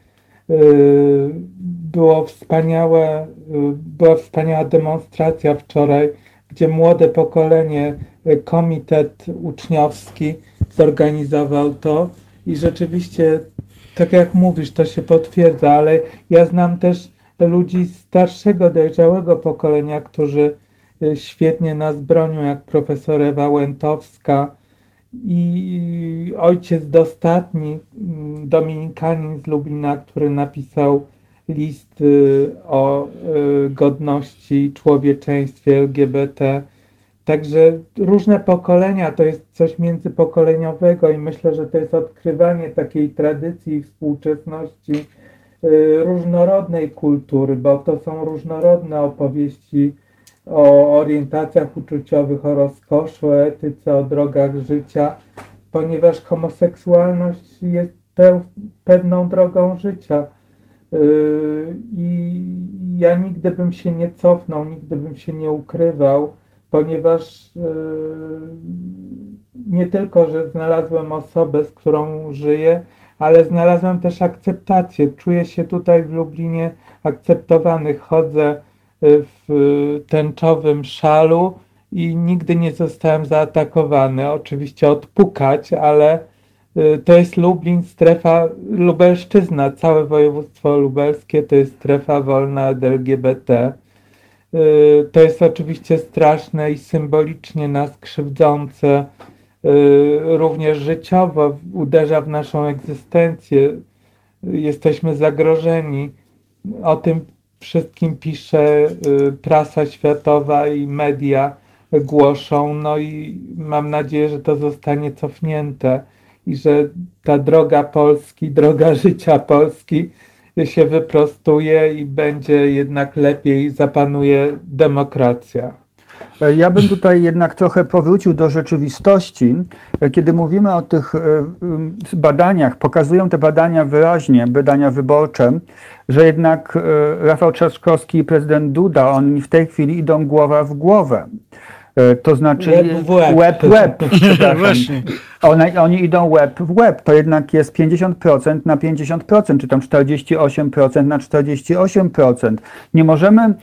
było wspaniałe, była wspaniała demonstracja wczoraj, gdzie młode pokolenie, komitet uczniowski zorganizował to i rzeczywiście, tak jak mówisz, to się potwierdza, ale ja znam też ludzi starszego, dojrzałego pokolenia, którzy świetnie nas bronią, jak profesor Ewa Łętowska i ojciec dostatni, dominikanin z Lublina, który napisał list o godności i człowieczeństwie L G B T. Także różne pokolenia, to jest coś międzypokoleniowego i myślę, że to jest odkrywanie takiej tradycji i współczesności różnorodnej kultury, bo to są różnorodne opowieści o orientacjach uczuciowych, o rozkoszu, o etyce, o drogach życia, ponieważ homoseksualność jest pe- pewną drogą życia. Yy, I ja nigdy bym się nie cofnął, nigdy bym się nie ukrywał, ponieważ yy, nie tylko, że znalazłem osobę, z którą żyję, ale znalazłem też akceptację. Czuję się tutaj w Lublinie akceptowany. Chodzę w tęczowym szalu i nigdy nie zostałem zaatakowany. Oczywiście odpukać, ale to jest Lublin, strefa, Lubelszczyzna, całe województwo lubelskie to jest strefa wolna od L G B T. To jest oczywiście straszne i symbolicznie nas krzywdzące, również życiowo uderza w naszą egzystencję. Jesteśmy zagrożeni. O tym wszystkim pisze prasa światowa i media głoszą, no i mam nadzieję, że to zostanie cofnięte i że ta droga Polski, droga życia Polski się wyprostuje i będzie jednak lepiej, zapanuje demokracja. Ja bym tutaj jednak trochę powrócił do rzeczywistości. Kiedy mówimy o tych badaniach, pokazują te badania wyraźnie, badania wyborcze, że jednak Rafał Trzaskowski i prezydent Duda, oni w tej chwili idą głowa w głowę. To znaczy łeb w łeb. Łeb, łeb Właśnie. One, oni idą łeb w łeb. To jednak jest pięćdziesiąt procent na pięćdziesiąt procent, czy tam czterdzieści osiem procent na czterdzieści osiem procent. Nie możemy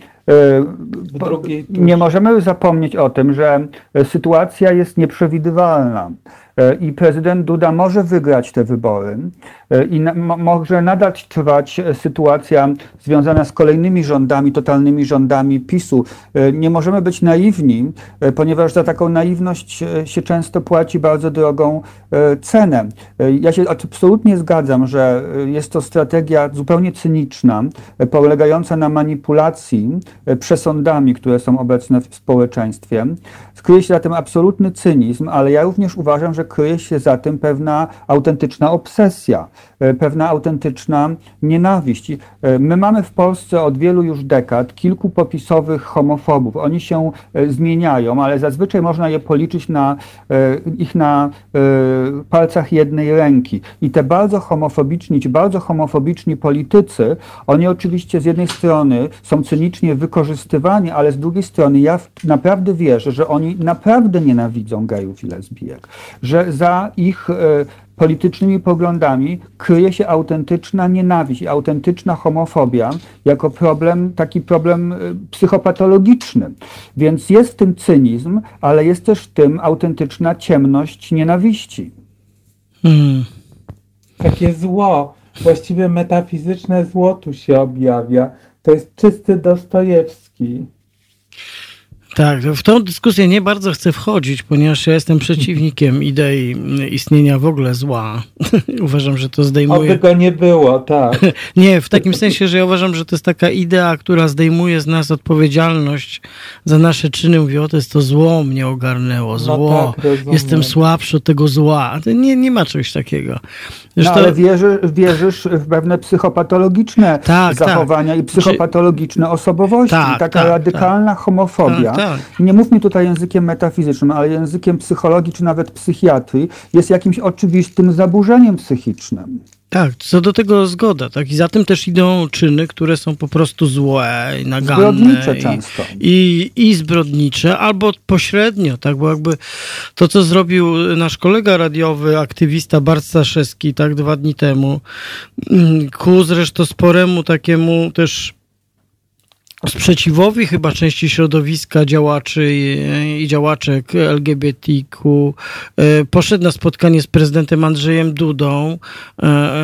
Nie możemy zapomnieć o tym, że sytuacja jest nieprzewidywalna i prezydent Duda może wygrać te wybory i na, może nadal trwać sytuacja związana z kolejnymi rządami, totalnymi rządami PiSu. Nie możemy być naiwni, ponieważ za taką naiwność się często płaci bardzo drogą cenę. Ja się absolutnie zgadzam, że jest to strategia zupełnie cyniczna, polegająca na manipulacji przesądami, które są obecne w społeczeństwie. Kryje się za tym absolutny cynizm, ale ja również uważam, że kryje się za tym pewna autentyczna obsesja, pewna autentyczna nienawiść. My mamy w Polsce od wielu już dekad kilku popisowych homofobów. Oni się zmieniają, ale zazwyczaj można je policzyć na ich na palcach jednej ręki. I te bardzo homofobiczni, ci bardzo homofobiczni politycy, oni oczywiście z jednej strony są cynicznie wykorzystywani, ale z drugiej strony ja naprawdę wierzę, że oni naprawdę nienawidzą gejów i lesbijek, że za ich politycznymi poglądami kryje się autentyczna nienawiść i autentyczna homofobia jako problem, taki problem psychopatologiczny. Więc jest w tym cynizm, ale jest też w tym autentyczna ciemność nienawiści. Hmm. Takie zło, właściwie metafizyczne zło tu się objawia. To jest czysty Dostojewski. Tak, w tą dyskusję nie bardzo chcę wchodzić, ponieważ ja jestem przeciwnikiem idei istnienia w ogóle zła. Uważam, że to zdejmuje... Oby go nie było, tak. Nie, w takim sensie, że ja uważam, że to jest taka idea, która zdejmuje z nas odpowiedzialność za nasze czyny. Mówię, o to jest to zło mnie ogarnęło, zło, no tak, jestem słabszy od tego zła. Nie, nie ma czegoś takiego. No, ale wierzy, wierzysz w pewne psychopatologiczne tak, zachowania tak. i psychopatologiczne osobowości. Tak, taka tak, radykalna tak. homofobia. Tak, tak. Nie mówmy tutaj językiem metafizycznym, ale językiem psychologii czy nawet psychiatrii jest jakimś oczywistym zaburzeniem psychicznym. Tak, co do tego zgoda, tak? I za tym też idą czyny, które są po prostu złe i naganne. Zbrodnicze i, często. I, I zbrodnicze, albo pośrednio, tak? Bo jakby to, co zrobił nasz kolega radiowy, aktywista Bart Staszewski, tak, dwa dni temu, ku zresztą sporemu takiemu też sprzeciwowi chyba części środowiska działaczy i, i działaczek L G B T Q poszedł na spotkanie z prezydentem Andrzejem Dudą e,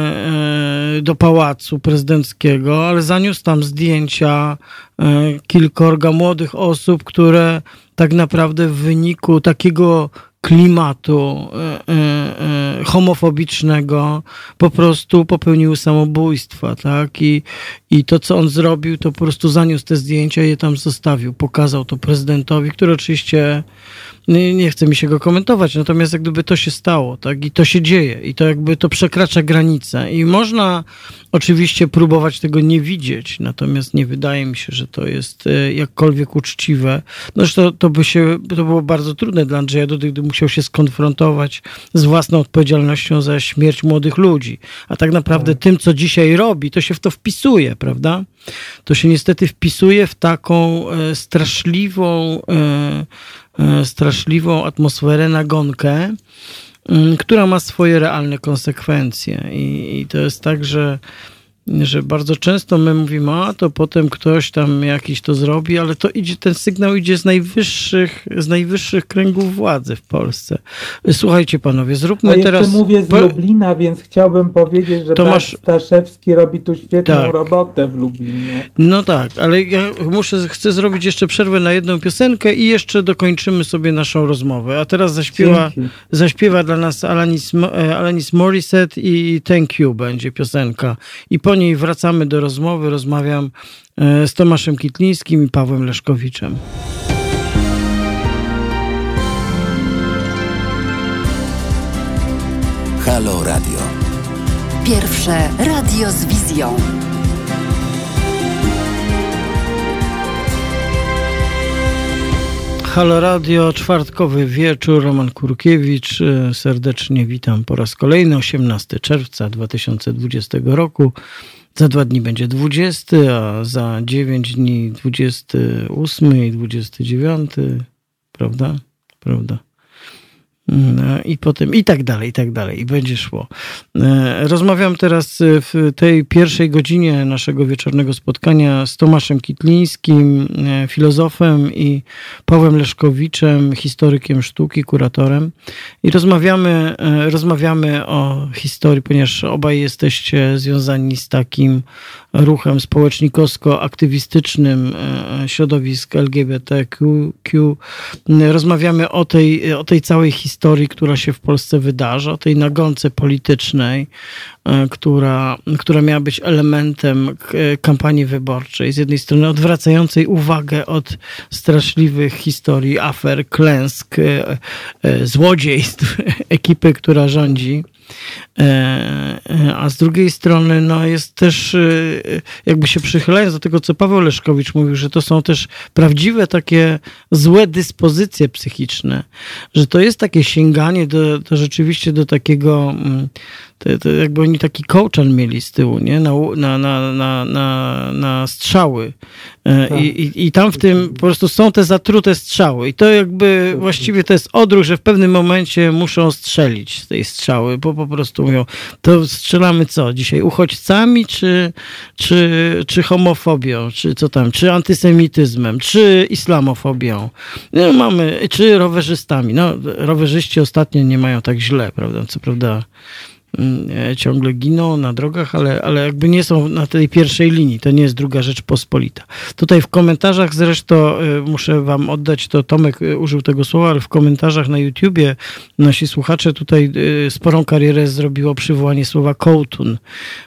e, do Pałacu Prezydenckiego, ale zaniósł tam zdjęcia e, kilkorga młodych osób, które tak naprawdę w wyniku takiego klimatu e, e, homofobicznego po prostu popełniły samobójstwa, tak? I, I to, co on zrobił, to po prostu zaniósł te zdjęcia i je tam zostawił. Pokazał to prezydentowi, który oczywiście nie, nie chce mi się go komentować, natomiast jak gdyby to się stało, tak? I to się dzieje. I to jakby to przekracza granice. I można oczywiście próbować tego nie widzieć, natomiast nie wydaje mi się, że to jest jakkolwiek uczciwe. No zresztą to by się, to było bardzo trudne dla Andrzeja Dudy, gdy musiał się skonfrontować z własną odpowiedzialnością za śmierć młodych ludzi. A tak naprawdę hmm. tym, co dzisiaj robi, to się w to wpisuje, prawda? To się niestety wpisuje w taką e, straszliwą, e, e, straszliwą atmosferę, nagonkę, m, która ma swoje realne konsekwencje. I, i to jest tak, że że bardzo często my mówimy, a to potem ktoś tam jakiś to zrobi, ale to idzie, ten sygnał idzie z najwyższych, z najwyższych kręgów władzy w Polsce. Słuchajcie panowie, zróbmy a teraz... Ja mówię z Lublina, więc chciałbym powiedzieć, że Tomasz Staszewski robi tu świetną tak. robotę w Lublinie. No tak, ale ja muszę, chcę zrobić jeszcze przerwę na jedną piosenkę i jeszcze dokończymy sobie naszą rozmowę. A teraz zaśpiewa, zaśpiewa dla nas Alanis, Alanis Morissette i Thank You będzie piosenka. I po niej wracamy do rozmowy. Rozmawiam z Tomaszem Kitlińskim i Pawłem Leszkowiczem. Halo Radio. Pierwsze radio z wizją. Halo Radio, czwartkowy wieczór, Roman Kurkiewicz. Serdecznie witam po raz kolejny, osiemnastego czerwca dwa tysiące dwudziestego roku. Za dwa dni będzie dwudziesty, a za dziewięć dni dwudziesty ósmy i dwudziesty dziewiąty, prawda? Prawda. No, i potem i tak dalej, i tak dalej, i będzie szło. Rozmawiam teraz w tej pierwszej godzinie naszego wieczornego spotkania z Tomaszem Kitlińskim, filozofem, i Pawłem Leszkowiczem, historykiem sztuki, kuratorem. I rozmawiamy, rozmawiamy o historii, ponieważ obaj jesteście związani z takim ruchem społecznikowsko-aktywistycznym środowisk L G B T Q. Rozmawiamy o tej, o tej całej historii, która się w Polsce wydarza, o tej nagonce politycznej, która, która miała być elementem kampanii wyborczej. Z jednej strony odwracającej uwagę od straszliwych historii, afer, klęsk, złodziejstw ekipy, która rządzi. A z drugiej strony no jest też, jakby się przychylając do tego, co Paweł Leszkowicz mówił, że to są też prawdziwe takie złe dyspozycje psychiczne, że to jest takie sięganie do, to rzeczywiście do takiego, to, to jakby oni taki kołczan mieli z tyłu, nie? Na, na, na, na, na, na strzały. I, i, I tam w tym po prostu są te zatrute strzały. I to jakby właściwie to jest odruch, że w pewnym momencie muszą strzelić z tej strzały, bo po prostu mówią, to strzelamy co dzisiaj? Uchodźcami, czy, czy, czy homofobią, czy co tam, czy antysemityzmem, czy islamofobią. No, mamy, czy rowerzystami. No, rowerzyści ostatnio nie mają tak źle, prawda? Co prawda ciągle giną na drogach, ale, ale jakby nie są na tej pierwszej linii. To nie jest Druga Rzeczpospolita. Tutaj w komentarzach zresztą muszę wam oddać, to Tomek użył tego słowa, ale w komentarzach na YouTubie nasi słuchacze tutaj sporą karierę zrobiło przywołanie słowa kołtun.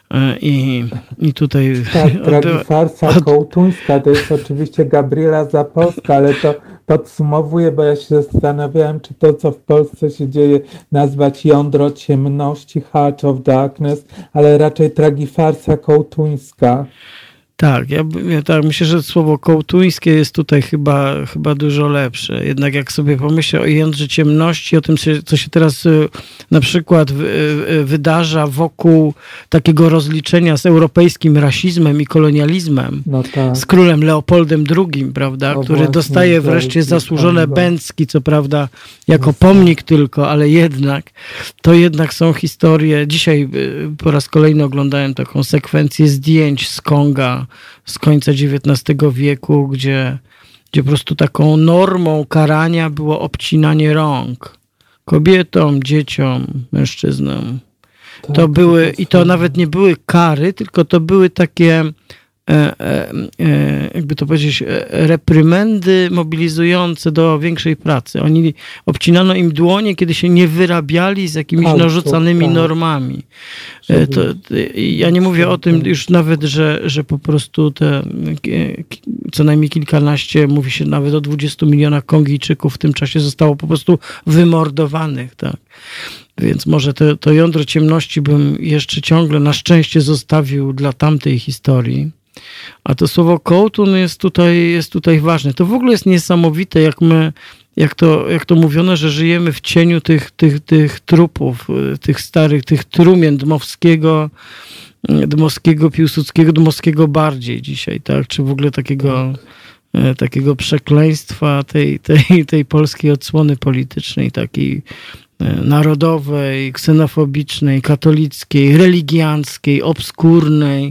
I, i tutaj... Tak, tragifarsa od... kołtuńska, to jest oczywiście Gabriela Zapolska, ale to podsumowuję, bo ja się zastanawiałem, czy to, co w Polsce się dzieje, nazwać jądro ciemności, Heart of Darkness, ale raczej tragifarsa kołtuńska. Tak, ja, ja tak myślę, że słowo kołtuńskie jest tutaj chyba, chyba dużo lepsze. Jednak jak sobie pomyślę o jądrze ciemności, o tym, co się teraz na przykład wydarza wokół takiego rozliczenia z europejskim rasizmem i kolonializmem, no tak. z królem Leopoldem drugim, prawda, no który właśnie, dostaje wreszcie zasłużone bęcki, co prawda jako pomnik tylko, ale jednak, to jednak są historie. Dzisiaj po raz kolejny oglądałem taką sekwencję zdjęć z Konga, z końca dziewiętnastego wieku, gdzie, gdzie po prostu taką normą karania było obcinanie rąk kobietom, dzieciom, mężczyznom. Tak, to były, i to nawet nie były kary, tylko to były takie E, e, jakby to powiedzieć, reprymendy mobilizujące do większej pracy. Oni obcinano im dłonie, kiedy się nie wyrabiali z jakimiś tak, narzucanymi tak. normami. E, to, ja nie mówię o tym już nawet, że, że po prostu te co najmniej kilkanaście, mówi się nawet o dwudziestu milionach Kongijczyków w tym czasie zostało po prostu wymordowanych. Tak. Więc może to, to jądro ciemności bym jeszcze ciągle na szczęście zostawił dla tamtej historii. A to słowo kołtun jest tutaj, jest tutaj ważne. To w ogóle jest niesamowite, jak my, jak to, jak to mówiono, że żyjemy w cieniu tych, tych, tych trupów, tych starych, tych trumien Dmowskiego, Dmowskiego, Piłsudskiego, Dmowskiego bardziej dzisiaj, tak? Czy w ogóle takiego, takiego przekleństwa tej, tej, tej polskiej odsłony politycznej, takiej narodowej, ksenofobicznej, katolickiej, religianckiej, obskurnej,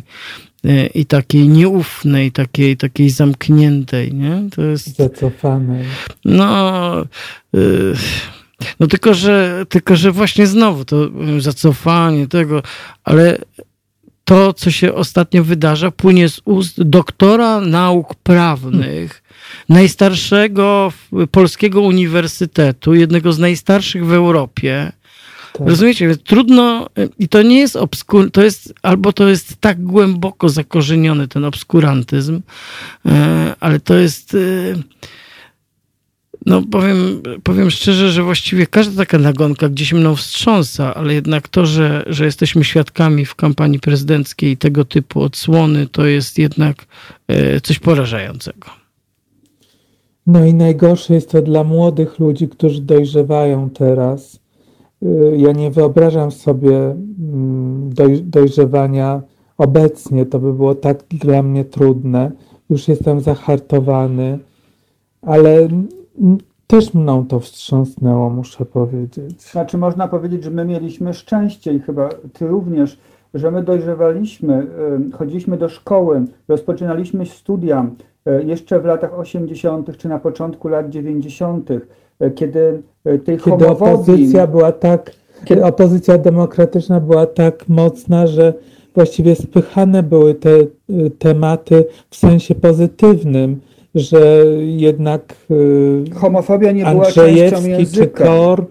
i takiej nieufnej, takiej, takiej zamkniętej, nie? To jest... Zacofanej. No, no tylko, że, tylko, że właśnie znowu to zacofanie tego, ale to, co się ostatnio wydarza, płynie z ust doktora nauk prawnych, najstarszego polskiego uniwersytetu, jednego z najstarszych w Europie. Tak. Rozumiecie, trudno, i to nie jest obskur, to jest, albo to jest tak głęboko zakorzeniony ten obskurantyzm, ale to jest, no powiem, powiem szczerze, że właściwie każda taka nagonka gdzieś mną wstrząsa, ale jednak to, że, że jesteśmy świadkami w kampanii prezydenckiej tego typu odsłony, to jest jednak coś porażającego. No i najgorsze jest to dla młodych ludzi, którzy dojrzewają teraz. Ja nie wyobrażam sobie dojrzewania obecnie, to by było tak dla mnie trudne. Już jestem zahartowany, ale też mną to wstrząsnęło, muszę powiedzieć. Znaczy można powiedzieć, że my mieliśmy szczęście i chyba ty również, że my dojrzewaliśmy, chodziliśmy do szkoły, rozpoczynaliśmy studia jeszcze w latach osiemdziesiątych czy na początku lat dziewięćdziesiątych, kiedy tej kiedy homofobii... opozycja była tak, kiedy opozycja demokratyczna była tak mocna, że właściwie spychane były te tematy w sensie pozytywnym, że jednak homofobia nie była Andrzejewski częścią języka. czy Kor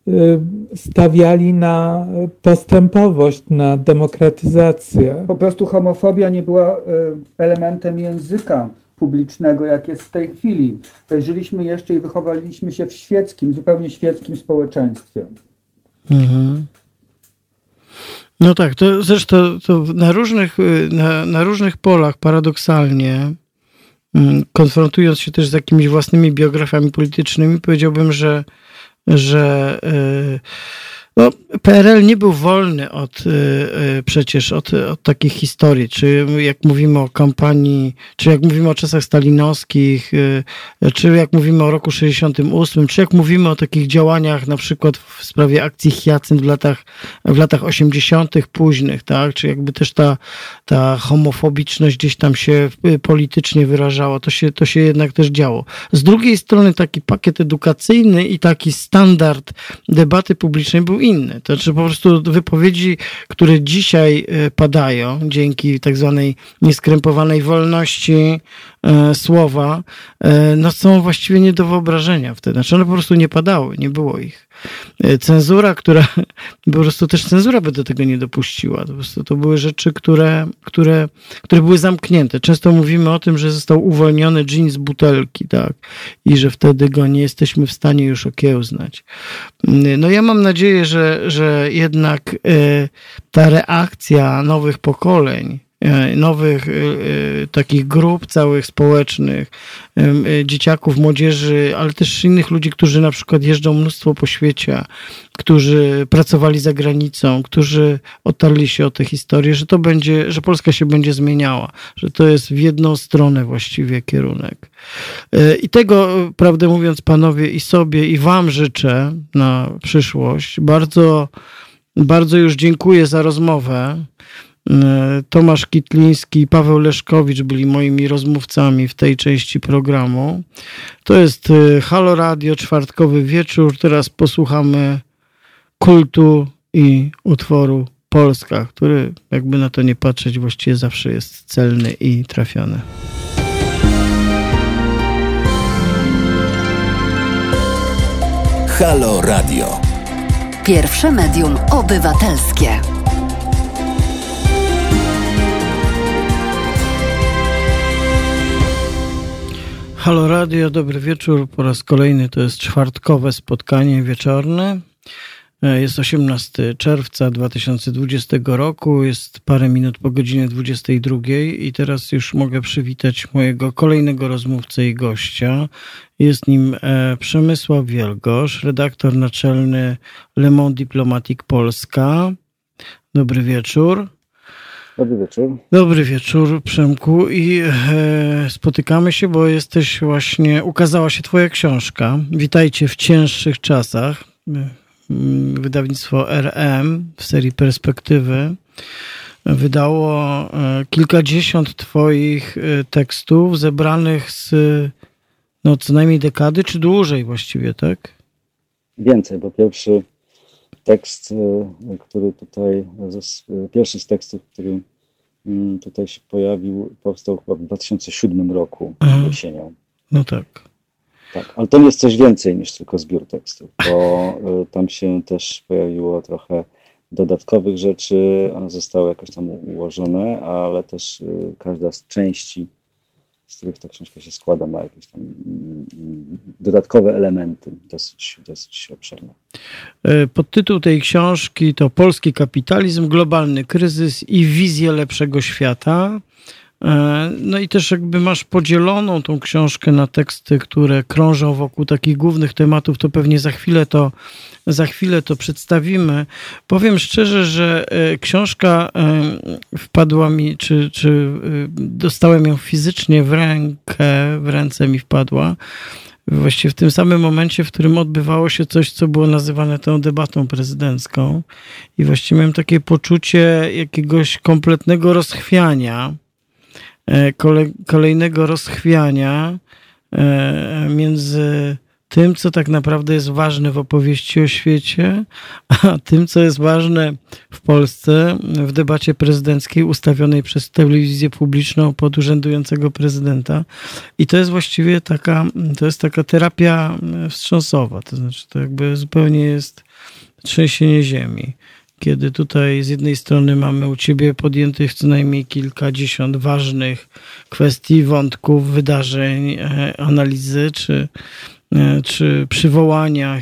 stawiali na postępowość, na demokratyzację. Po prostu homofobia nie była elementem języka publicznego, jak jest w tej chwili. Żyliśmy jeszcze i wychowaliśmy się w świeckim, zupełnie świeckim społeczeństwie. Mhm. No tak, to zresztą to na różnych, na, na różnych polach paradoksalnie, konfrontując się też z jakimiś własnymi biografiami politycznymi, powiedziałbym, że, że yy, no, P R L nie był wolny od, yy, przecież od, od takich historii, czy jak mówimy o kampanii, czy jak mówimy o czasach stalinowskich, yy, czy jak mówimy o roku sześćdziesiątym ósmym, czy jak mówimy o takich działaniach na przykład w sprawie akcji Hyacynt w latach, w latach osiemdziesiątych późnych, tak, czy jakby też ta, ta homofobiczność gdzieś tam się politycznie wyrażała, to się, to się jednak też działo. Z drugiej strony taki pakiet edukacyjny i taki standard debaty publicznej był inne. To znaczy po prostu wypowiedzi, które dzisiaj padają dzięki tak zwanej nieskrępowanej wolności e, słowa, e, no są właściwie nie do wyobrażenia wtedy. Znaczy one po prostu nie padały, nie było ich. E, cenzura, która, po prostu też cenzura by do tego nie dopuściła. Po prostu to były rzeczy, które, które, które były zamknięte. Często mówimy o tym, że został uwolniony dżin z butelki, tak, i że wtedy go nie jesteśmy w stanie już okiełznać. No ja mam nadzieję, że, że jednak e, ta reakcja nowych pokoleń, nowych takich grup całych społecznych, dzieciaków, młodzieży, ale też innych ludzi, którzy na przykład jeżdżą mnóstwo po świecie, którzy pracowali za granicą, którzy otarli się o tę historię, że to będzie, że Polska się będzie zmieniała, że to jest w jedną stronę właściwie kierunek. I tego, prawdę mówiąc, panowie, i sobie, i wam życzę na przyszłość. Bardzo, bardzo już dziękuję za rozmowę. Tomasz Kitliński i Paweł Leszkowicz byli moimi rozmówcami w tej części programu. To jest Halo Radio, czwartkowy wieczór. Teraz posłuchamy kultu i utworu Polska, który, jakby na to nie patrzeć, właściwie zawsze jest celny i trafiony. Halo Radio. Pierwsze medium obywatelskie. Halo Radio, dobry wieczór. Po raz kolejny to jest czwartkowe spotkanie wieczorne. Jest osiemnastego czerwca dwa tysiące dwudziestego roku, jest parę minut po godzinie dwudziestej drugiej i teraz już mogę przywitać mojego kolejnego rozmówcę i gościa. Jest nim Przemysław Wielgosz, redaktor naczelny Le Monde Diplomatique Polska. Dobry wieczór. Dobry wieczór. Dobry wieczór, Przemku. I e, spotykamy się, bo jesteś właśnie, ukazała się twoja książka. Witajcie w cięższych czasach. Wydawnictwo R M w serii Perspektywy wydało e, kilkadziesiąt twoich e, tekstów zebranych z no, co najmniej dekady, czy dłużej właściwie, tak? Więcej, bo pierwszy tekst, który tutaj, pierwszy z tekstów, który tutaj się pojawił, powstał chyba w dwa tysiące siódmym roku, Aha. jesienią. No tak. Tak, ale to jest coś więcej niż tylko zbiór tekstów, bo tam się też pojawiło trochę dodatkowych rzeczy, one zostały jakoś tam ułożone, ale też każda z części, z których ta książka się składa, ma jakieś tam dodatkowe elementy, dosyć, dosyć obszerne. Podtytuł tej książki to Polski kapitalizm, globalny kryzys i wizję lepszego świata. No i też jakby masz podzieloną tą książkę na teksty, które krążą wokół takich głównych tematów, to pewnie za chwilę to, za chwilę to przedstawimy. Powiem szczerze, że książka wpadła mi, czy, czy dostałem ją fizycznie w rękę, w ręce mi wpadła, właściwie w tym samym momencie, w którym odbywało się coś, co było nazywane tą debatą prezydencką i właściwie miałem takie poczucie jakiegoś kompletnego rozchwiania, kolejnego rozchwiania między tym, co tak naprawdę jest ważne w opowieści o świecie, a tym, co jest ważne w Polsce w debacie prezydenckiej ustawionej przez telewizję publiczną pod urzędującego prezydenta. I to jest właściwie taka, to jest taka terapia wstrząsowa. To znaczy, to jakby zupełnie jest trzęsienie ziemi. Kiedy tutaj z jednej strony mamy u ciebie podjętych co najmniej kilkadziesiąt ważnych kwestii, wątków, wydarzeń, analizy czy, czy przywołania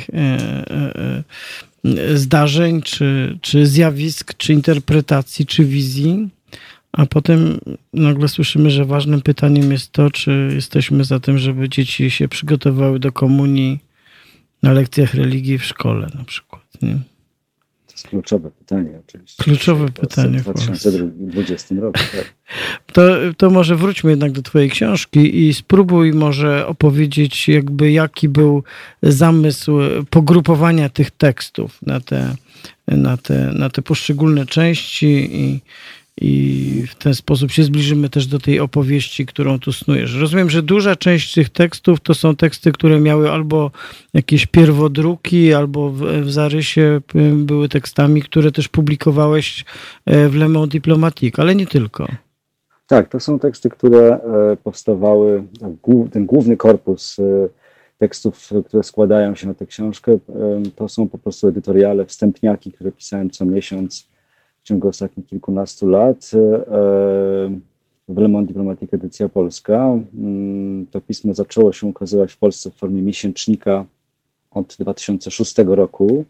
zdarzeń, czy, czy zjawisk, czy interpretacji, czy wizji, a potem nagle słyszymy, że ważnym pytaniem jest to, czy jesteśmy za tym, żeby dzieci się przygotowały do komunii na lekcjach religii w szkole na przykład, nie? To jest kluczowe pytanie oczywiście. Kluczowe pytanie w dwa tysiące dwudziestym roku. Tak. To, to może wróćmy jednak do twojej książki i spróbuj może opowiedzieć jakby jaki był zamysł pogrupowania tych tekstów na te, na te, na te poszczególne części i, i w ten sposób się zbliżymy też do tej opowieści, którą tu snujesz. Rozumiem, że duża część tych tekstów to są teksty, które miały albo jakieś pierwodruki, albo w, w zarysie były tekstami, które też publikowałeś w Le Monde Diplomatique, ale nie tylko. Tak, to są teksty, które powstawały, ten główny korpus tekstów, które składają się na tę książkę, to są po prostu edytoriale, wstępniaki, które pisałem co miesiąc w ciągu ostatnich kilkunastu lat. W Le Monde Diplomatique edycja polska. To pismo zaczęło się ukazywać w Polsce w formie miesięcznika od dwa tysiące szóstego roku.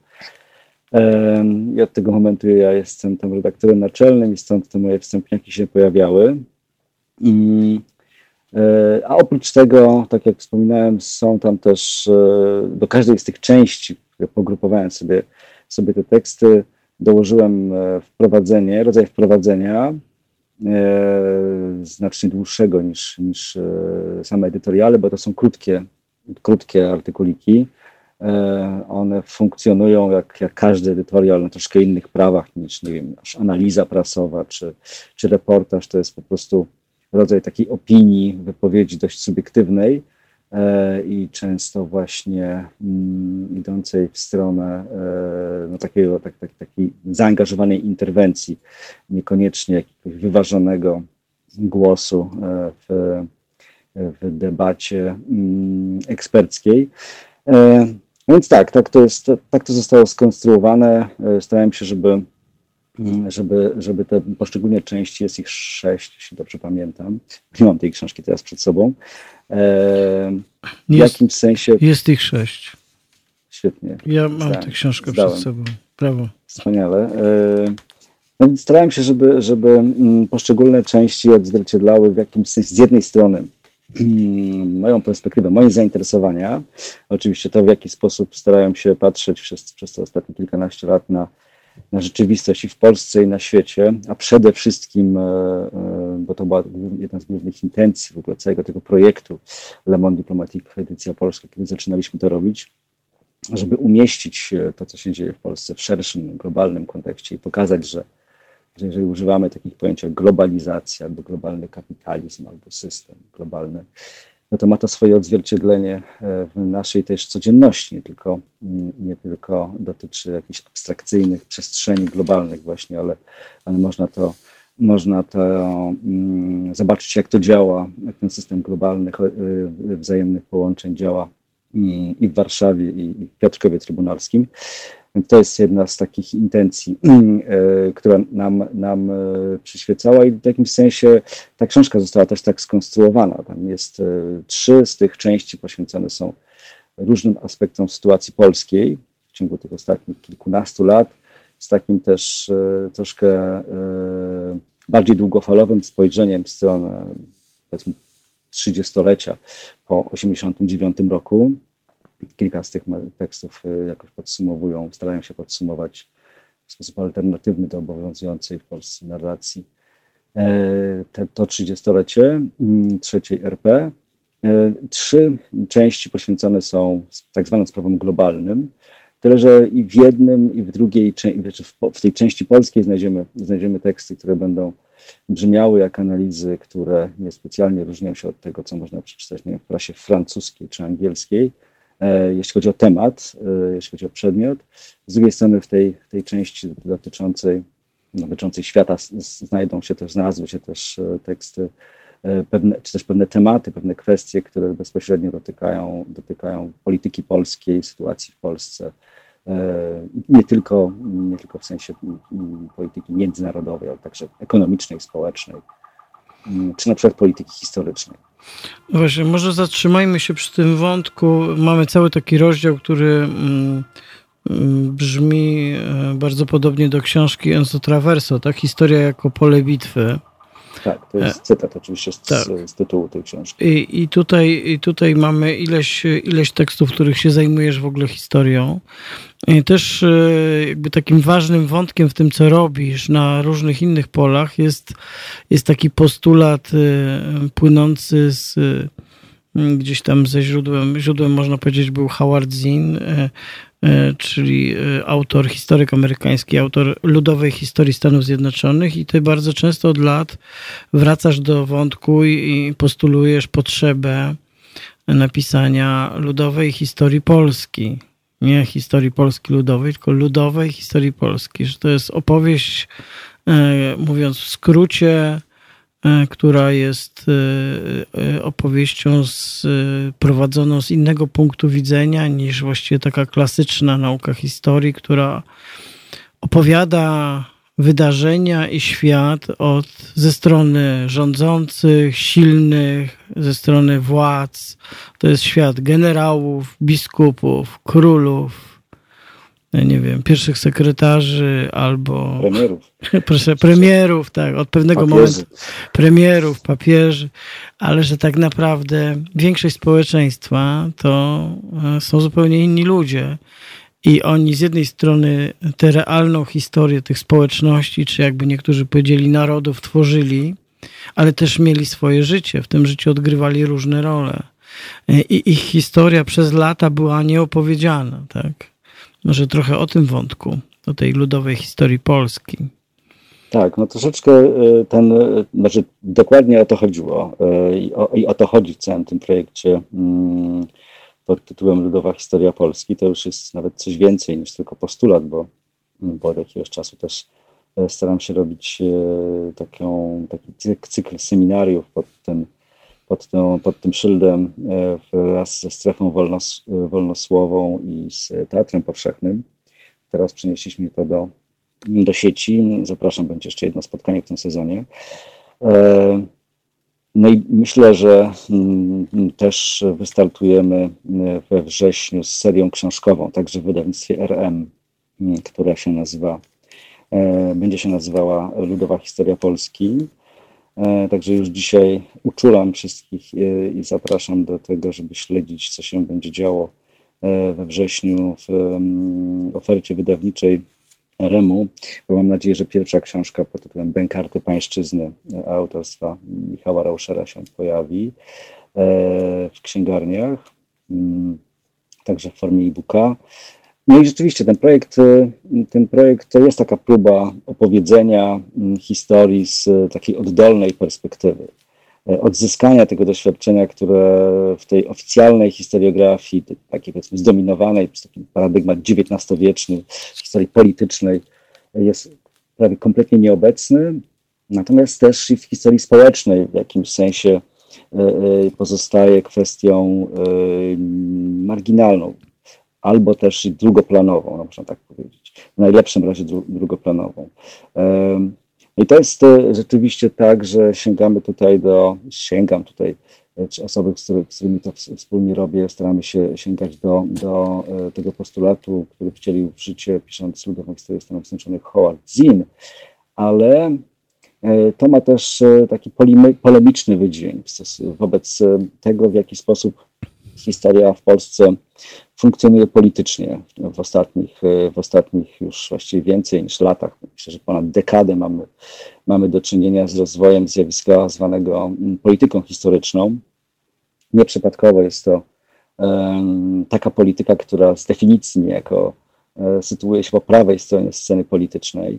I od tego momentu ja jestem tam redaktorem naczelnym i stąd te moje wstępniaki się pojawiały. A oprócz tego, tak jak wspominałem, są tam też do każdej z tych części, które pogrupowałem sobie, sobie te teksty, dołożyłem wprowadzenie, rodzaj wprowadzenia znacznie dłuższego niż, niż same edytoriale, bo to są krótkie, krótkie artykuliki. One funkcjonują jak, jak każdy edytorial na troszkę innych prawach niż, nie wiem, analiza prasowa czy, czy reportaż. To jest po prostu rodzaj takiej opinii, wypowiedzi dość subiektywnej e, i często właśnie mm, idącej w stronę e, no, takiego, tak, tak, takiej zaangażowanej interwencji, niekoniecznie jakiegoś wyważonego głosu e, w, w debacie mm, eksperckiej. E, więc tak, tak to jest, tak to zostało skonstruowane. E, starałem się, żeby Żeby, żeby te poszczególne części, jest ich sześć, jeśli dobrze pamiętam. Nie mam tej książki teraz przed sobą. E, w jest, jakimś sensie... Jest ich sześć. Świetnie. Ja mam zdałem, tę książkę zdałem. przed sobą. Brawo. Wspaniale. E, no, starałem się, żeby, żeby poszczególne części odzwierciedlały w jakimś sensie, z jednej strony moją perspektywę, moje zainteresowania. Oczywiście to, w jaki sposób starają się patrzeć przez, przez te ostatnie kilkanaście lat na na rzeczywistość i w Polsce, i na świecie, a przede wszystkim, bo to była jedna z głównych intencji w ogóle całego tego projektu Le Monde Diplomatique, edycja polska, kiedy zaczynaliśmy to robić, żeby umieścić to, co się dzieje w Polsce w szerszym, globalnym kontekście i pokazać, że, że jeżeli używamy takich pojęć jak globalizacja, albo globalny kapitalizm, albo system globalny, no to ma to swoje odzwierciedlenie w naszej też codzienności, nie tylko, nie tylko dotyczy jakichś abstrakcyjnych przestrzeni globalnych właśnie, ale, ale można to, można to um, zobaczyć, jak to działa, jak ten system globalnych wzajemnych połączeń działa i, i w Warszawie, i, i w Piotrkowie Trybunalskim. To jest jedna z takich intencji, y, która nam, nam y, przyświecała i w jakimś sensie ta książka została też tak skonstruowana. Tam jest y, trzy z tych części poświęcone są różnym aspektom sytuacji polskiej w ciągu tych ostatnich kilkunastu lat, z takim też y, troszkę y, bardziej długofalowym spojrzeniem w stronę, powiedzmy, trzydziestolecia po osiemdziesiątym dziewiątym roku. Kilka z tych tekstów jakoś podsumowują, starają się podsumować w sposób alternatywny do obowiązującej w Polsce narracji te, to trzydziestolecie trzeciej R P. Trzy części poświęcone są tak zwanym sprawom globalnym, tyle że i w jednym, i w drugiej, w tej części polskiej znajdziemy, znajdziemy teksty, które będą brzmiały jak analizy, które niespecjalnie różnią się od tego, co można przeczytać, nie wiem, w prasie francuskiej czy angielskiej, jeśli chodzi o temat, jeśli chodzi o przedmiot. Z drugiej strony w tej, w tej części dotyczącej, no, dotyczącej świata znajdą się też, znalazły się też teksty, pewne, czy też pewne tematy, pewne kwestie, które bezpośrednio dotykają, dotykają polityki polskiej, sytuacji w Polsce. Nie tylko, nie tylko w sensie polityki międzynarodowej, ale także ekonomicznej, społecznej, czy na przykład polityki historycznej. Właśnie, może zatrzymajmy się przy tym wątku. Mamy cały taki rozdział, który brzmi bardzo podobnie do książki Enzo Traverso, tak? Historia jako pole bitwy. Tak, to jest cytat oczywiście z, tak. z tytułu tej książki. I, i, tutaj, i tutaj mamy ileś, ileś tekstów, w których się zajmujesz w ogóle historią. I też jakby takim ważnym wątkiem w tym, co robisz na różnych innych polach jest, jest taki postulat płynący z gdzieś tam ze źródłem, źródłem można powiedzieć był Howard Zinn, czyli autor, historyk amerykański, autor ludowej historii Stanów Zjednoczonych i ty bardzo często od lat wracasz do wątku i postulujesz potrzebę napisania ludowej historii Polski. Nie historii Polski ludowej, tylko ludowej historii Polski. Że to jest opowieść, mówiąc w skrócie, która jest opowieścią z, prowadzoną z innego punktu widzenia niż właściwie taka klasyczna nauka historii, która opowiada wydarzenia i świat od, ze strony rządzących, silnych, ze strony władz. To jest świat generałów, biskupów, królów, nie wiem, pierwszych sekretarzy albo premierów. Proszę, premierów, tak, od pewnego papieży. momentu premierów, papieży, ale że tak naprawdę większość społeczeństwa to są zupełnie inni ludzie i oni z jednej strony tę realną historię tych społeczności, czy jakby niektórzy powiedzieli narodów tworzyli, ale też mieli swoje życie, w tym życiu odgrywali różne role i ich historia przez lata była nieopowiedziana, tak. Może trochę o tym wątku, o tej ludowej historii Polski. Tak, no troszeczkę ten, znaczy dokładnie o to chodziło i o, i o to chodzi w całym tym projekcie pod tytułem Ludowa Historia Polski. To już jest nawet coś więcej niż tylko postulat, bo, bo od jakiegoś czasu też staram się robić taką, taki cykl seminariów pod tym, pod, tą, pod tym szyldem wraz ze strefą wolnos, wolnosłową i z Teatrem Powszechnym. Teraz przenieśliśmy to do, do sieci. Zapraszam, będzie jeszcze jedno spotkanie w tym sezonie. No i myślę, że też wystartujemy we wrześniu z serią książkową, także w wydawnictwie R M, która się nazywa, będzie się nazywała Ludowa Historia Polski. Także już dzisiaj uczulam wszystkich i zapraszam do tego, żeby śledzić, co się będzie działo we wrześniu w ofercie wydawniczej R M-u, bo mam nadzieję, że pierwsza książka pod tytułem Bękarty Pańszczyzny autorstwa Michała Rauschera się pojawi w księgarniach, także w formie e-booka. No i rzeczywiście ten projekt, ten projekt to jest taka próba opowiedzenia historii z takiej oddolnej perspektywy. Odzyskania tego doświadczenia, które w tej oficjalnej historiografii, takiej powiedzmy zdominowanej przez taki paradygmat dziewiętnastowieczny historii politycznej jest prawie kompletnie nieobecny, natomiast też i w historii społecznej w jakimś sensie pozostaje kwestią marginalną, albo też i drugoplanową, no można tak powiedzieć, w najlepszym razie dru- drugoplanową. I to jest rzeczywiście tak, że sięgamy tutaj do, sięgam tutaj, czy osoby, z, których, z którymi to wspólnie robię, staramy się sięgać do, do tego postulatu, który wcielił w życie, pisząc Ludową Historię Stanów Zjednoczonych, Howard Zinn, ale to ma też taki polemiczny wydźwięk wobec tego, w jaki sposób historia w Polsce funkcjonuje politycznie w ostatnich, w ostatnich już właściwie więcej niż latach. Myślę, że ponad dekadę mamy, mamy do czynienia z rozwojem zjawiska zwanego polityką historyczną. Nieprzypadkowo jest to um, taka polityka, która z definicji niejako um, sytuuje się po prawej stronie sceny politycznej.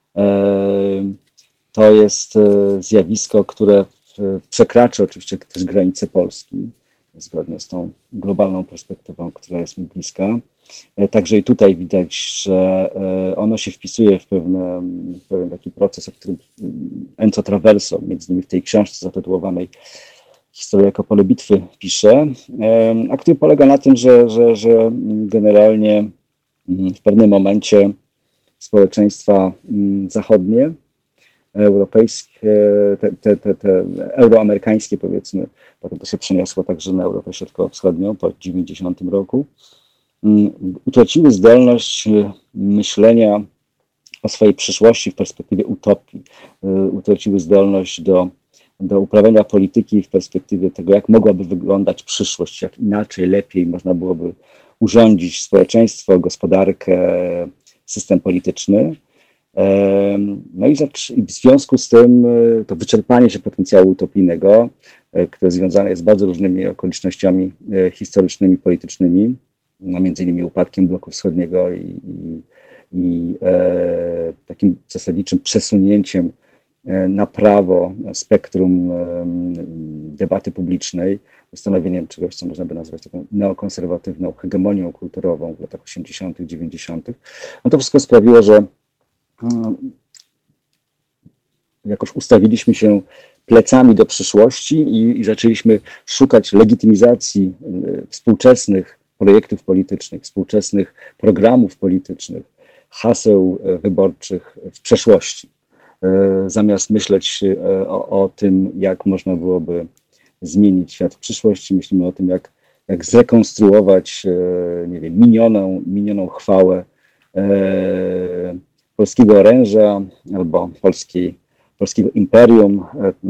Um, to jest um, zjawisko, które w, przekracza oczywiście też granice Polski, zgodnie z tą globalną perspektywą, która jest mi bliska. Także i tutaj widać, że ono się wpisuje w, pewne, w pewien taki proces, o którym Enzo Traverso, między innymi w tej książce zatytułowanej Historia jako pole bitwy pisze, a który polega na tym, że, że, że generalnie w pewnym momencie społeczeństwa zachodnie, europejskie, te, te, te, te euroamerykańskie powiedzmy, potem to się przeniosło także na Europę Środkowo-Wschodnią po dziewięćdziesiątym roku, utraciły zdolność myślenia o swojej przyszłości w perspektywie utopii, utraciły zdolność do, do uprawiania polityki w perspektywie tego, jak mogłaby wyglądać przyszłość, jak inaczej, lepiej można byłoby urządzić społeczeństwo, gospodarkę, system polityczny. No i w związku z tym to wyczerpanie się potencjału utopijnego, które związane jest z bardzo różnymi okolicznościami historycznymi, politycznymi, no między innymi upadkiem bloku wschodniego i, i, i e, takim zasadniczym przesunięciem e, na prawo spektrum e, debaty publicznej, ustanowieniem czegoś, co można by nazwać taką neokonserwatywną hegemonią kulturową w latach osiemdziesiątych, dziewięćdziesiątych. No to wszystko sprawiło, że no, jakoś ustawiliśmy się plecami do przyszłości i, i zaczęliśmy szukać legitymizacji y, współczesnych projektów politycznych, współczesnych programów politycznych, haseł y, wyborczych w przeszłości, y, zamiast myśleć y, o, o tym, jak można byłoby zmienić świat w przyszłości. Myślimy o tym, jak, jak zrekonstruować y, nie wiem, minioną, minioną chwałę y, polskiego oręża albo polskiej polskiego imperium,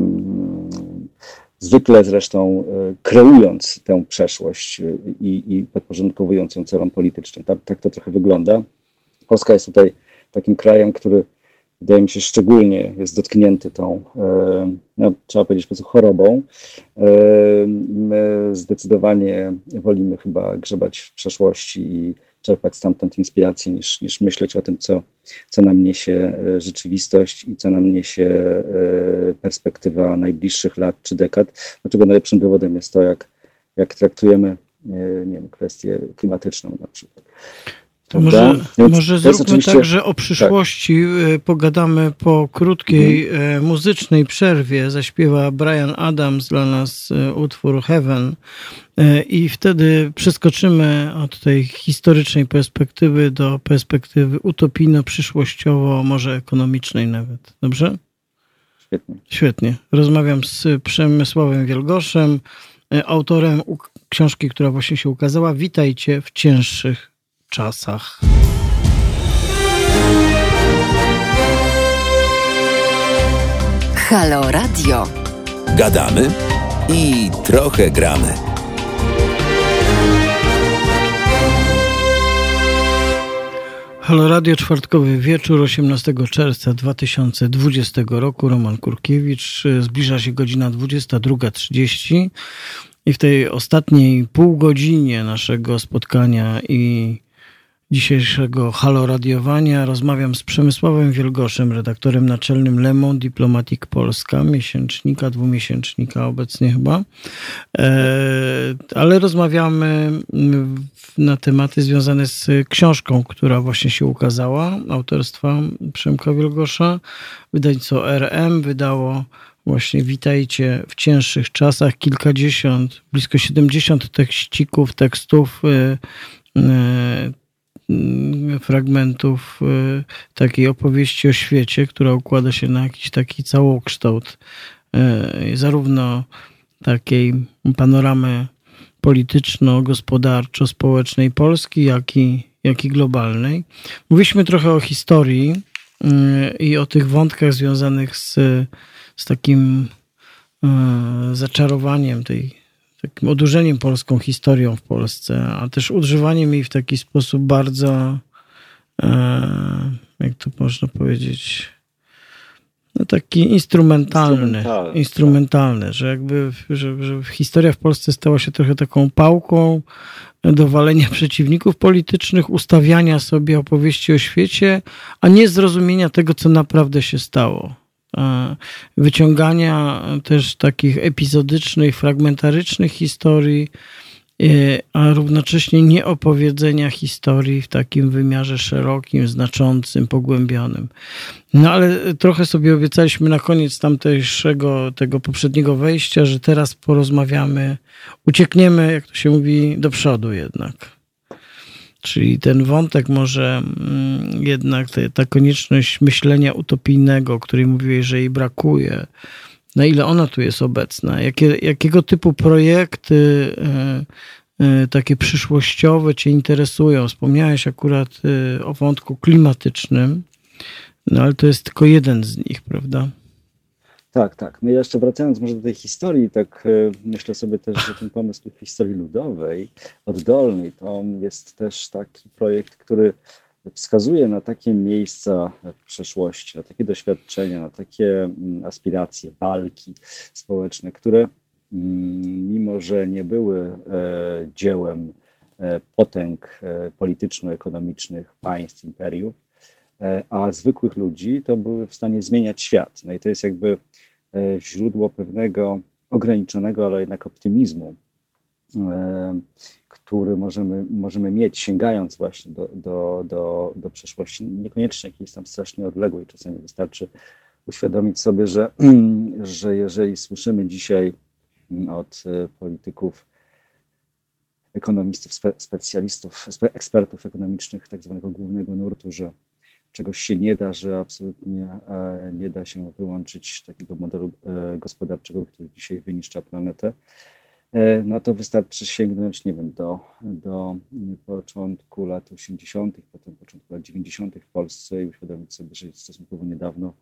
zwykle zresztą kreując tę przeszłość i, i podporządkowując ją celom politycznym. Tak, tak to trochę wygląda. Polska jest tutaj takim krajem, który wydaje mi się szczególnie jest dotknięty tą, no, trzeba powiedzieć, po prostu chorobą. My zdecydowanie wolimy chyba grzebać w przeszłości i czerpać stamtąd inspirację, niż, niż myśleć o tym, co, co nam niesie rzeczywistość i co nam niesie perspektywa najbliższych lat czy dekad. Dlaczego najlepszym dowodem jest to, jak, jak traktujemy nie wiem, kwestię klimatyczną na przykład. To może, może zróbmy tak, że o przyszłości tak. pogadamy po krótkiej mhm. muzycznej przerwie. Zaśpiewa Bryan Adams dla nas utwór Heaven i wtedy przeskoczymy od tej historycznej perspektywy do perspektywy utopijno-przyszłościowo, może ekonomicznej nawet. Dobrze? Świetnie. Świetnie. Rozmawiam z Przemysławem Wielgoszem, autorem książki, która właśnie się ukazała. Witajcie w cięższych czasach. Halo Radio. Gadamy i trochę gramy. Halo Radio, czwartkowy wieczór, osiemnastego czerwca dwa tysiące dwudziestego roku. Roman Kurkiewicz. Zbliża się godzina dwudziesta druga trzydzieści i w tej ostatniej półgodzinie naszego spotkania i dzisiejszego Halo Radiowania rozmawiam z Przemysławem Wielgoszem, redaktorem naczelnym Le Monde Diplomatique Polska, miesięcznika, dwumiesięcznika obecnie chyba. E, ale rozmawiamy na tematy związane z książką, która właśnie się ukazała, autorstwa Przemka Wielgosza. Wydawnictwo R M wydało właśnie Witajcie w cięższych czasach, kilkadziesiąt, blisko siedemdziesiąt tekścików, tekstów, y, y, fragmentów y, takiej opowieści o świecie, która układa się na jakiś taki całokształt y, zarówno takiej panoramy polityczno-gospodarczo-społecznej Polski, jak i, jak i globalnej. Mówiliśmy trochę o historii y, i o tych wątkach związanych z, z takim y, zaczarowaniem tej takim odurzeniem polską historią w Polsce, a też używaniem jej w taki sposób bardzo, e, jak to można powiedzieć, no taki instrumentalny, instrumentalny, instrumentalny że jakby że, że historia w Polsce stała się trochę taką pałką do walenia przeciwników politycznych, ustawiania sobie opowieści o świecie, a nie zrozumienia tego, co naprawdę się stało. Wyciągania też takich epizodycznych, fragmentarycznych historii, a równocześnie nie opowiedzenia historii w takim wymiarze szerokim, znaczącym, pogłębionym. No ale trochę sobie obiecaliśmy na koniec tamtejszego, tego poprzedniego wejścia, że teraz porozmawiamy, uciekniemy, jak to się mówi, do przodu jednak. Czyli ten wątek może jednak te, ta konieczność myślenia utopijnego, o której mówiłeś, że jej brakuje, na ile ona tu jest obecna, jakie, jakiego typu projekty y, y, takie przyszłościowe cię interesują. Wspomniałeś akurat y, o wątku klimatycznym, no ale to jest tylko jeden z nich, prawda? Tak, tak. No jeszcze wracając może do tej historii, tak y, myślę sobie też, że ten pomysł historii ludowej, oddolnej, to jest też taki projekt, który wskazuje na takie miejsca w przeszłości, na takie doświadczenia, na takie mm, aspiracje, walki społeczne, które mm, mimo, że nie były e, dziełem potęg polityczno-ekonomicznych, państw, imperiów, a zwykłych ludzi to były w stanie zmieniać świat. No i to jest jakby źródło pewnego ograniczonego, ale jednak optymizmu, który możemy, możemy mieć, sięgając właśnie do, do, do, do przeszłości, niekoniecznie jakiejś tam strasznie odległej. Czasami wystarczy uświadomić sobie, że, że jeżeli słyszymy dzisiaj od polityków, ekonomistów, spe, specjalistów, spe, ekspertów ekonomicznych tak zwanego głównego nurtu, że czegoś się nie da, że absolutnie nie da się wyłączyć takiego modelu gospodarczego, który dzisiaj wyniszcza planetę, no to wystarczy sięgnąć, nie wiem, do, do początku lat osiemdziesiątych, potem początku lat dziewięćdziesiątych w Polsce i uświadomić sobie, że stosunkowo niedawno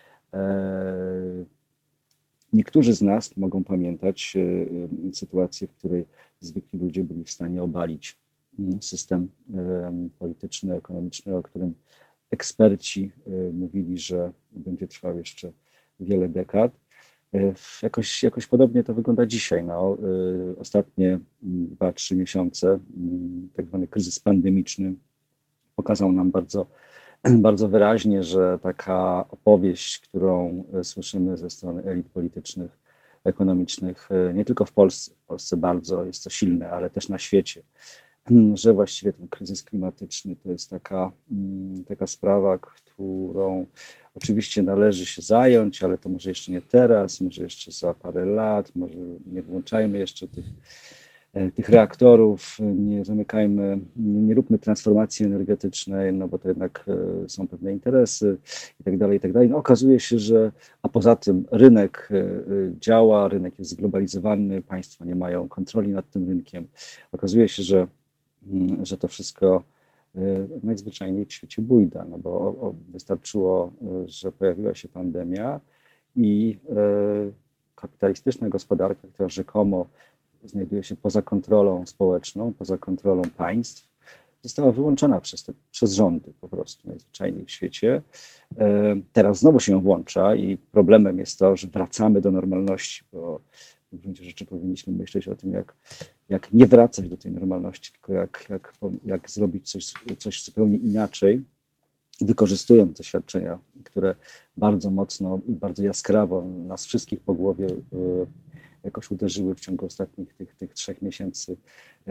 niektórzy z nas mogą pamiętać sytuację, w której zwykli ludzie byli w stanie obalić system polityczny, ekonomiczny, o którym eksperci mówili, że będzie trwał jeszcze wiele dekad. Jakoś, jakoś podobnie to wygląda dzisiaj. No, ostatnie dwa, trzy miesiące, tak zwany kryzys pandemiczny, pokazał nam bardzo, bardzo wyraźnie, że taka opowieść, którą słyszymy ze strony elit politycznych, ekonomicznych, nie tylko w Polsce, w Polsce bardzo jest to silne, ale też na świecie, że właściwie ten kryzys klimatyczny to jest taka, taka sprawa, którą oczywiście należy się zająć, ale to może jeszcze nie teraz, może jeszcze za parę lat, może nie włączajmy jeszcze tych, tych reaktorów, nie zamykajmy, nie, nie róbmy transformacji energetycznej, no bo to jednak są pewne interesy i tak dalej, i tak dalej. No okazuje się, że, a poza tym rynek działa, rynek jest zglobalizowany, państwa nie mają kontroli nad tym rynkiem. Okazuje się, że że to wszystko najzwyczajniej w świecie bójda, no bo o, wystarczyło, że pojawiła się pandemia i kapitalistyczna gospodarka, która rzekomo znajduje się poza kontrolą społeczną, poza kontrolą państw, została wyłączona przez, te, przez rządy po prostu najzwyczajniej w świecie. Teraz znowu się ją włącza i problemem jest to, że wracamy do normalności, bo w gruncie rzeczy powinniśmy myśleć o tym, jak, jak nie wracać do tej normalności, tylko jak, jak, jak zrobić coś, coś zupełnie inaczej, wykorzystując doświadczenia, które bardzo mocno i bardzo jaskrawo nas wszystkich po głowie y, jakoś uderzyły w ciągu ostatnich tych, tych trzech miesięcy, y,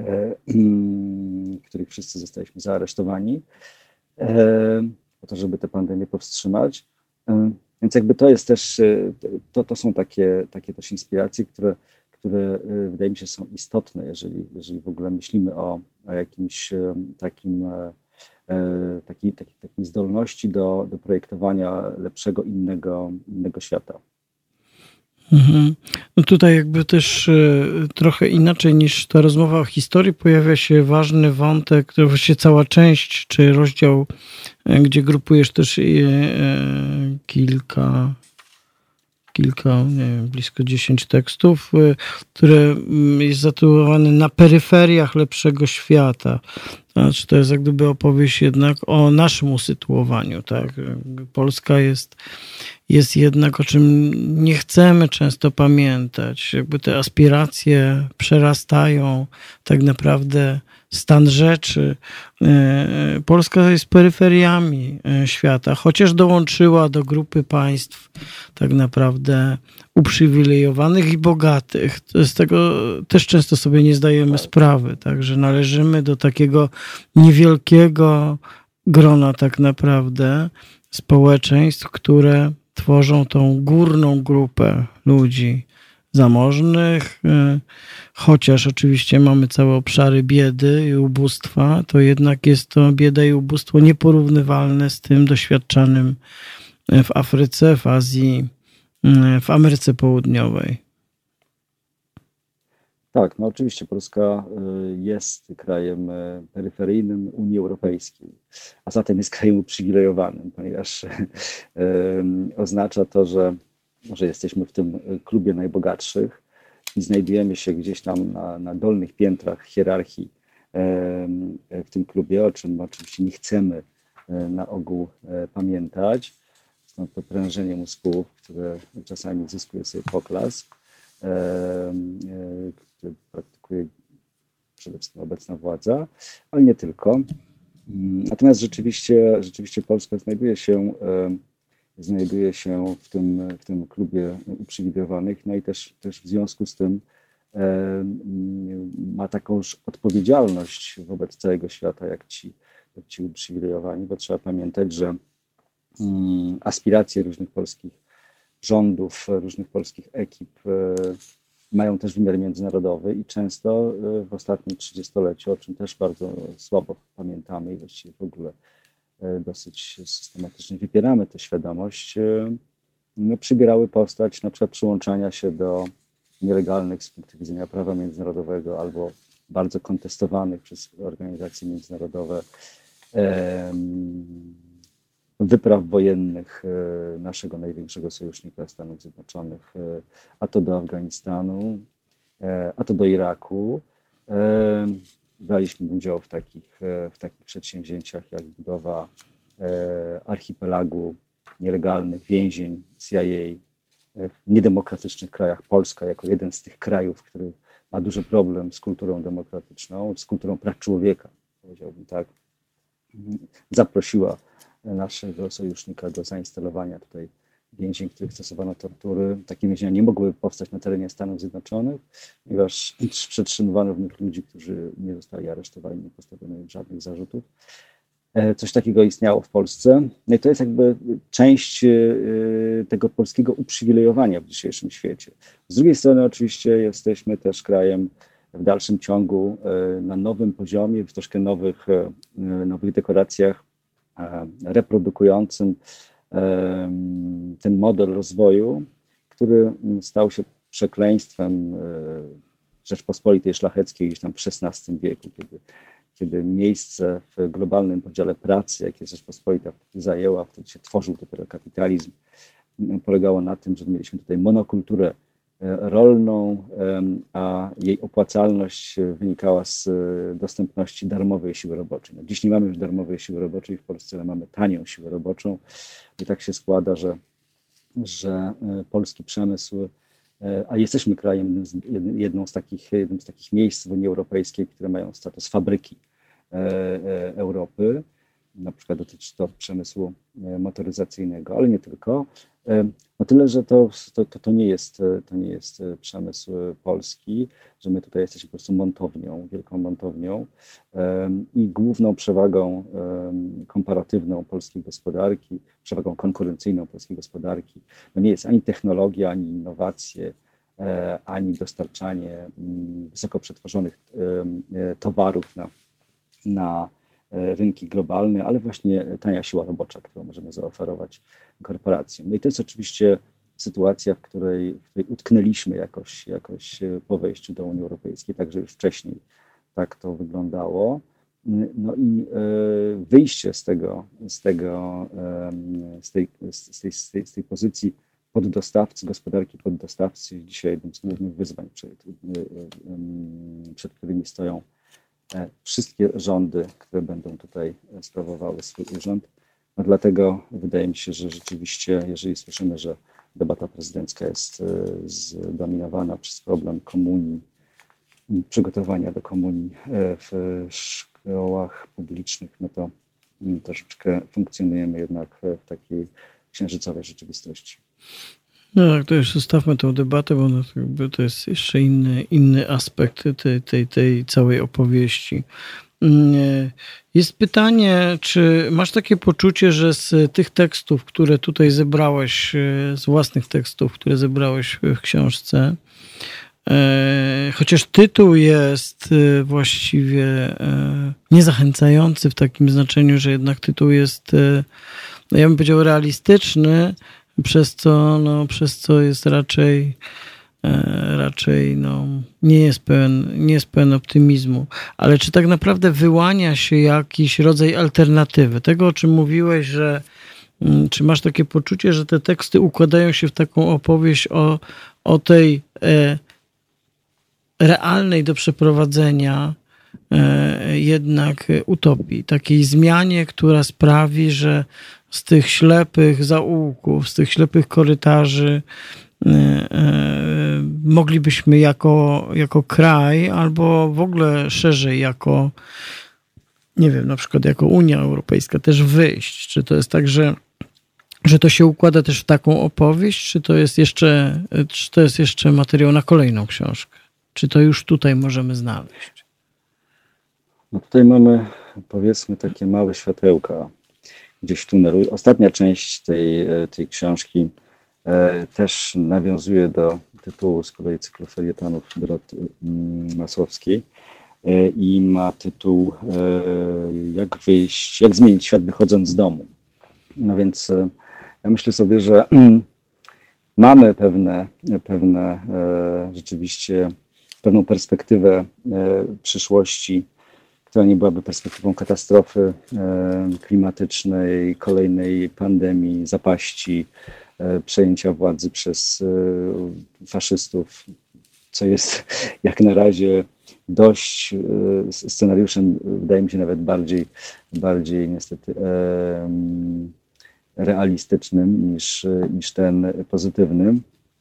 y, w których wszyscy zostaliśmy zaaresztowani, y, po to, żeby tę pandemię powstrzymać. Y, Więc jakby to jest też, to, to są takie, takie też inspiracje, które, które wydaje mi się są istotne, jeżeli, jeżeli w ogóle myślimy o, o jakimś takim, takiej, takiej, takiej zdolności do, do projektowania lepszego, innego, innego świata. Mhm. No tutaj jakby też trochę inaczej niż ta rozmowa o historii pojawia się ważny wątek, to właściwie cała część, czy rozdział, gdzie grupujesz też kilka, kilka, nie wiem, blisko dziesięć tekstów, które jest zatytułowany Na peryferiach lepszego świata. Znaczy, to jest jak gdyby opowieść jednak o naszym usytuowaniu, tak? Polska jest, jest jednak, o czym nie chcemy często pamiętać. Jakby te aspiracje przerastają tak naprawdę stan rzeczy. Polska jest peryferiami świata, chociaż dołączyła do grupy państw tak naprawdę uprzywilejowanych i bogatych. Z tego też często sobie nie zdajemy sprawy, tak, że należymy do takiego niewielkiego grona tak naprawdę społeczeństw, które tworzą tą górną grupę ludzi zamożnych, chociaż oczywiście mamy całe obszary biedy i ubóstwa, to jednak jest to bieda i ubóstwo nieporównywalne z tym doświadczanym w Afryce, w Azji, w Ameryce Południowej. Tak, no oczywiście Polska jest krajem peryferyjnym Unii Europejskiej, a zatem jest krajem uprzywilejowanym, ponieważ oznacza to, że, że jesteśmy w tym klubie najbogatszych i znajdujemy się gdzieś tam na, na dolnych piętrach hierarchii w tym klubie, o czym oczywiście nie chcemy na ogół pamiętać. Stąd to prężenie mózgów, które czasami zyskuje sobie poklask, który praktykuje przede wszystkim obecna władza, ale nie tylko. Natomiast rzeczywiście, rzeczywiście Polska znajduje się, znajduje się w tym, w tym klubie uprzywilejowanych, no i też, też w związku z tym ma takąż odpowiedzialność wobec całego świata, jak ci, jak ci uprzywilejowani, bo trzeba pamiętać, że aspiracje różnych polskich rządów, różnych polskich ekip mają też wymiar międzynarodowy i często w ostatnim trzydziestoleciu, o czym też bardzo słabo pamiętamy i właściwie w ogóle dosyć systematycznie wypieramy tę świadomość, no, przybierały postać na przykład przyłączania się do nielegalnych z punktu widzenia prawa międzynarodowego albo bardzo kontestowanych przez organizacje międzynarodowe wypraw wojennych naszego największego sojusznika Stanów Zjednoczonych, a to do Afganistanu, a to do Iraku. Braliśmy udział w takich, w takich przedsięwzięciach jak budowa archipelagu nielegalnych więzień C I A w niedemokratycznych krajach. Polska jako jeden z tych krajów, który ma duży problem z kulturą demokratyczną, z kulturą praw człowieka, powiedziałbym tak, zaprosiła naszego sojusznika do zainstalowania tutaj więzień, w których stosowano tortury. Takie więzienia nie mogły powstać na terenie Stanów Zjednoczonych, ponieważ przetrzymywano w nich ludzi, którzy nie zostali aresztowani, nie postawiono im żadnych zarzutów. Coś takiego istniało w Polsce. No i to jest jakby część tego polskiego uprzywilejowania w dzisiejszym świecie. Z drugiej strony oczywiście jesteśmy też krajem w dalszym ciągu na nowym poziomie, w troszkę nowych, nowych dekoracjach, reprodukującym ten model rozwoju, który stał się przekleństwem Rzeczpospolitej Szlacheckiej gdzieś tam w szesnastym wieku, kiedy, kiedy miejsce w globalnym podziale pracy, jakie Rzeczpospolita zajęła, wtedy się tworzył dopiero kapitalizm, polegało na tym, że mieliśmy tutaj monokulturę rolną, a jej opłacalność wynikała z dostępności darmowej siły roboczej. No, dziś nie mamy już darmowej siły roboczej w Polsce, ale mamy tanią siłę roboczą i tak się składa, że, że polski przemysł, a jesteśmy krajem, jedną z takich, jednym z takich miejsc w Unii Europejskiej, które mają status fabryki Europy. Na przykład dotyczy to przemysłu motoryzacyjnego, ale nie tylko. No tyle, że to, to, to, nie jest, to nie jest przemysł polski, że my tutaj jesteśmy po prostu montownią, wielką montownią i główną przewagą komparatywną polskiej gospodarki, przewagą konkurencyjną polskiej gospodarki, no nie jest ani technologia, ani innowacje, ani dostarczanie wysoko przetworzonych towarów na, na rynki globalne, ale właśnie tania siła robocza, którą możemy zaoferować korporacjom. No i to jest oczywiście sytuacja, w której, w której utknęliśmy jakoś, jakoś po wejściu do Unii Europejskiej, także już wcześniej tak to wyglądało. No i wyjście z tego, z tego, z tej, z tej, z tej, z tej pozycji poddostawcy, gospodarki poddostawcy jest dzisiaj jednym z głównych wyzwań, przed, przed którymi stoją wszystkie rządy, które będą tutaj sprawowały swój urząd. No dlatego wydaje mi się, że rzeczywiście, jeżeli słyszymy, że debata prezydencka jest zdominowana przez problem komunii, przygotowania do komunii w szkołach publicznych, no to troszeczkę funkcjonujemy jednak w takiej księżycowej rzeczywistości. No tak, to już zostawmy tę debatę, bo to jest jeszcze inny, inny aspekt tej, tej, tej całej opowieści. Jest pytanie, czy masz takie poczucie, że z tych tekstów, które tutaj zebrałeś, z własnych tekstów, które zebrałeś w książce, chociaż tytuł jest właściwie niezachęcający w takim znaczeniu, że jednak tytuł jest, ja bym powiedział, realistyczny, przez co, no, przez co jest raczej, raczej no, nie jest pełen, nie jest pełen optymizmu. Ale czy tak naprawdę wyłania się jakiś rodzaj alternatywy? Tego, o czym mówiłeś, że czy masz takie poczucie, że te teksty układają się w taką opowieść o, o tej e, realnej do przeprowadzenia e, jednak utopii, takiej zmianie, która sprawi, że z tych ślepych zaułków, z tych ślepych korytarzy moglibyśmy jako, jako kraj, albo w ogóle szerzej jako, nie wiem, na przykład jako Unia Europejska też wyjść? Czy to jest tak, że, że to się układa też w taką opowieść, czy to jest jeszcze, czy to jest jeszcze materiał na kolejną książkę? Czy to już tutaj możemy znaleźć? No tutaj mamy, powiedzmy, takie małe światełka gdzieś w tunelu. Ostatnia część tej, tej książki e, też nawiązuje do tytułu z kolei cyklu felietonów Doroty Masłowskiej e, i ma tytuł e, jak wyjść, jak zmienić świat wychodząc z domu. No więc e, ja myślę sobie, że mm, mamy pewne, pewne e, rzeczywiście pewną perspektywę e, przyszłości, która nie byłaby perspektywą katastrofy e, klimatycznej, kolejnej pandemii, zapaści, e, przejęcia władzy przez e, faszystów, co jest jak na razie dość e, scenariuszem, wydaje mi się nawet bardziej, bardziej niestety e, realistycznym niż, niż ten pozytywny.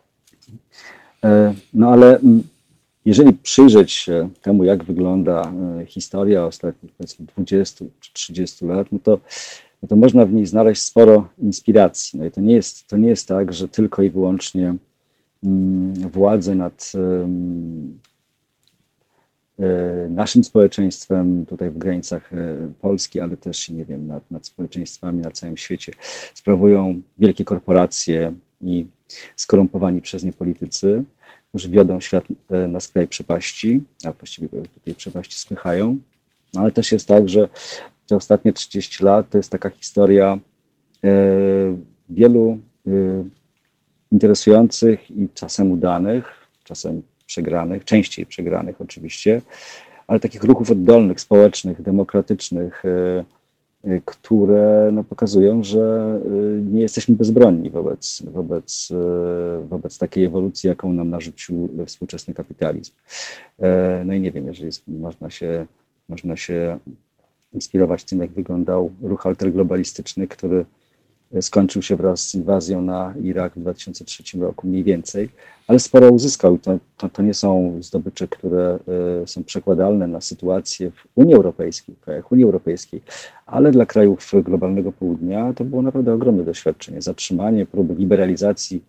E, no ale jeżeli przyjrzeć się temu, jak wygląda historia ostatnich powiedzmy dwudziestu czy trzydziestu lat, no to, no to można w niej znaleźć sporo inspiracji. No i to nie jest, to nie jest tak, że tylko i wyłącznie um, władze nad um, e, naszym społeczeństwem tutaj w granicach e, Polski, ale też, nie wiem, nad, nad społeczeństwami na całym świecie sprawują wielkie korporacje i skorumpowani przez nie politycy, którzy wiodą świat na skraj przepaści, a właściwie do tej przepaści spychają. No ale też jest tak, że te ostatnie trzydzieści lat to jest taka historia e, wielu e, interesujących i czasem udanych, czasem przegranych, częściej przegranych oczywiście, ale takich ruchów oddolnych, społecznych, demokratycznych, e, które no, pokazują, że nie jesteśmy bezbronni wobec, wobec, wobec takiej ewolucji, jaką nam narzucił współczesny kapitalizm. No i nie wiem, jeżeli można się, można się inspirować tym, jak wyglądał ruch alterglobalistyczny, który skończył się wraz z inwazją na Irak w dwa tysiące trzecim roku mniej więcej, ale sporo uzyskał. To, to, to nie są zdobycze, które y, są przekładalne na sytuację w Unii Europejskiej, w krajach Unii Europejskiej, ale dla krajów globalnego południa to było naprawdę ogromne doświadczenie. Zatrzymanie próby liberalizacji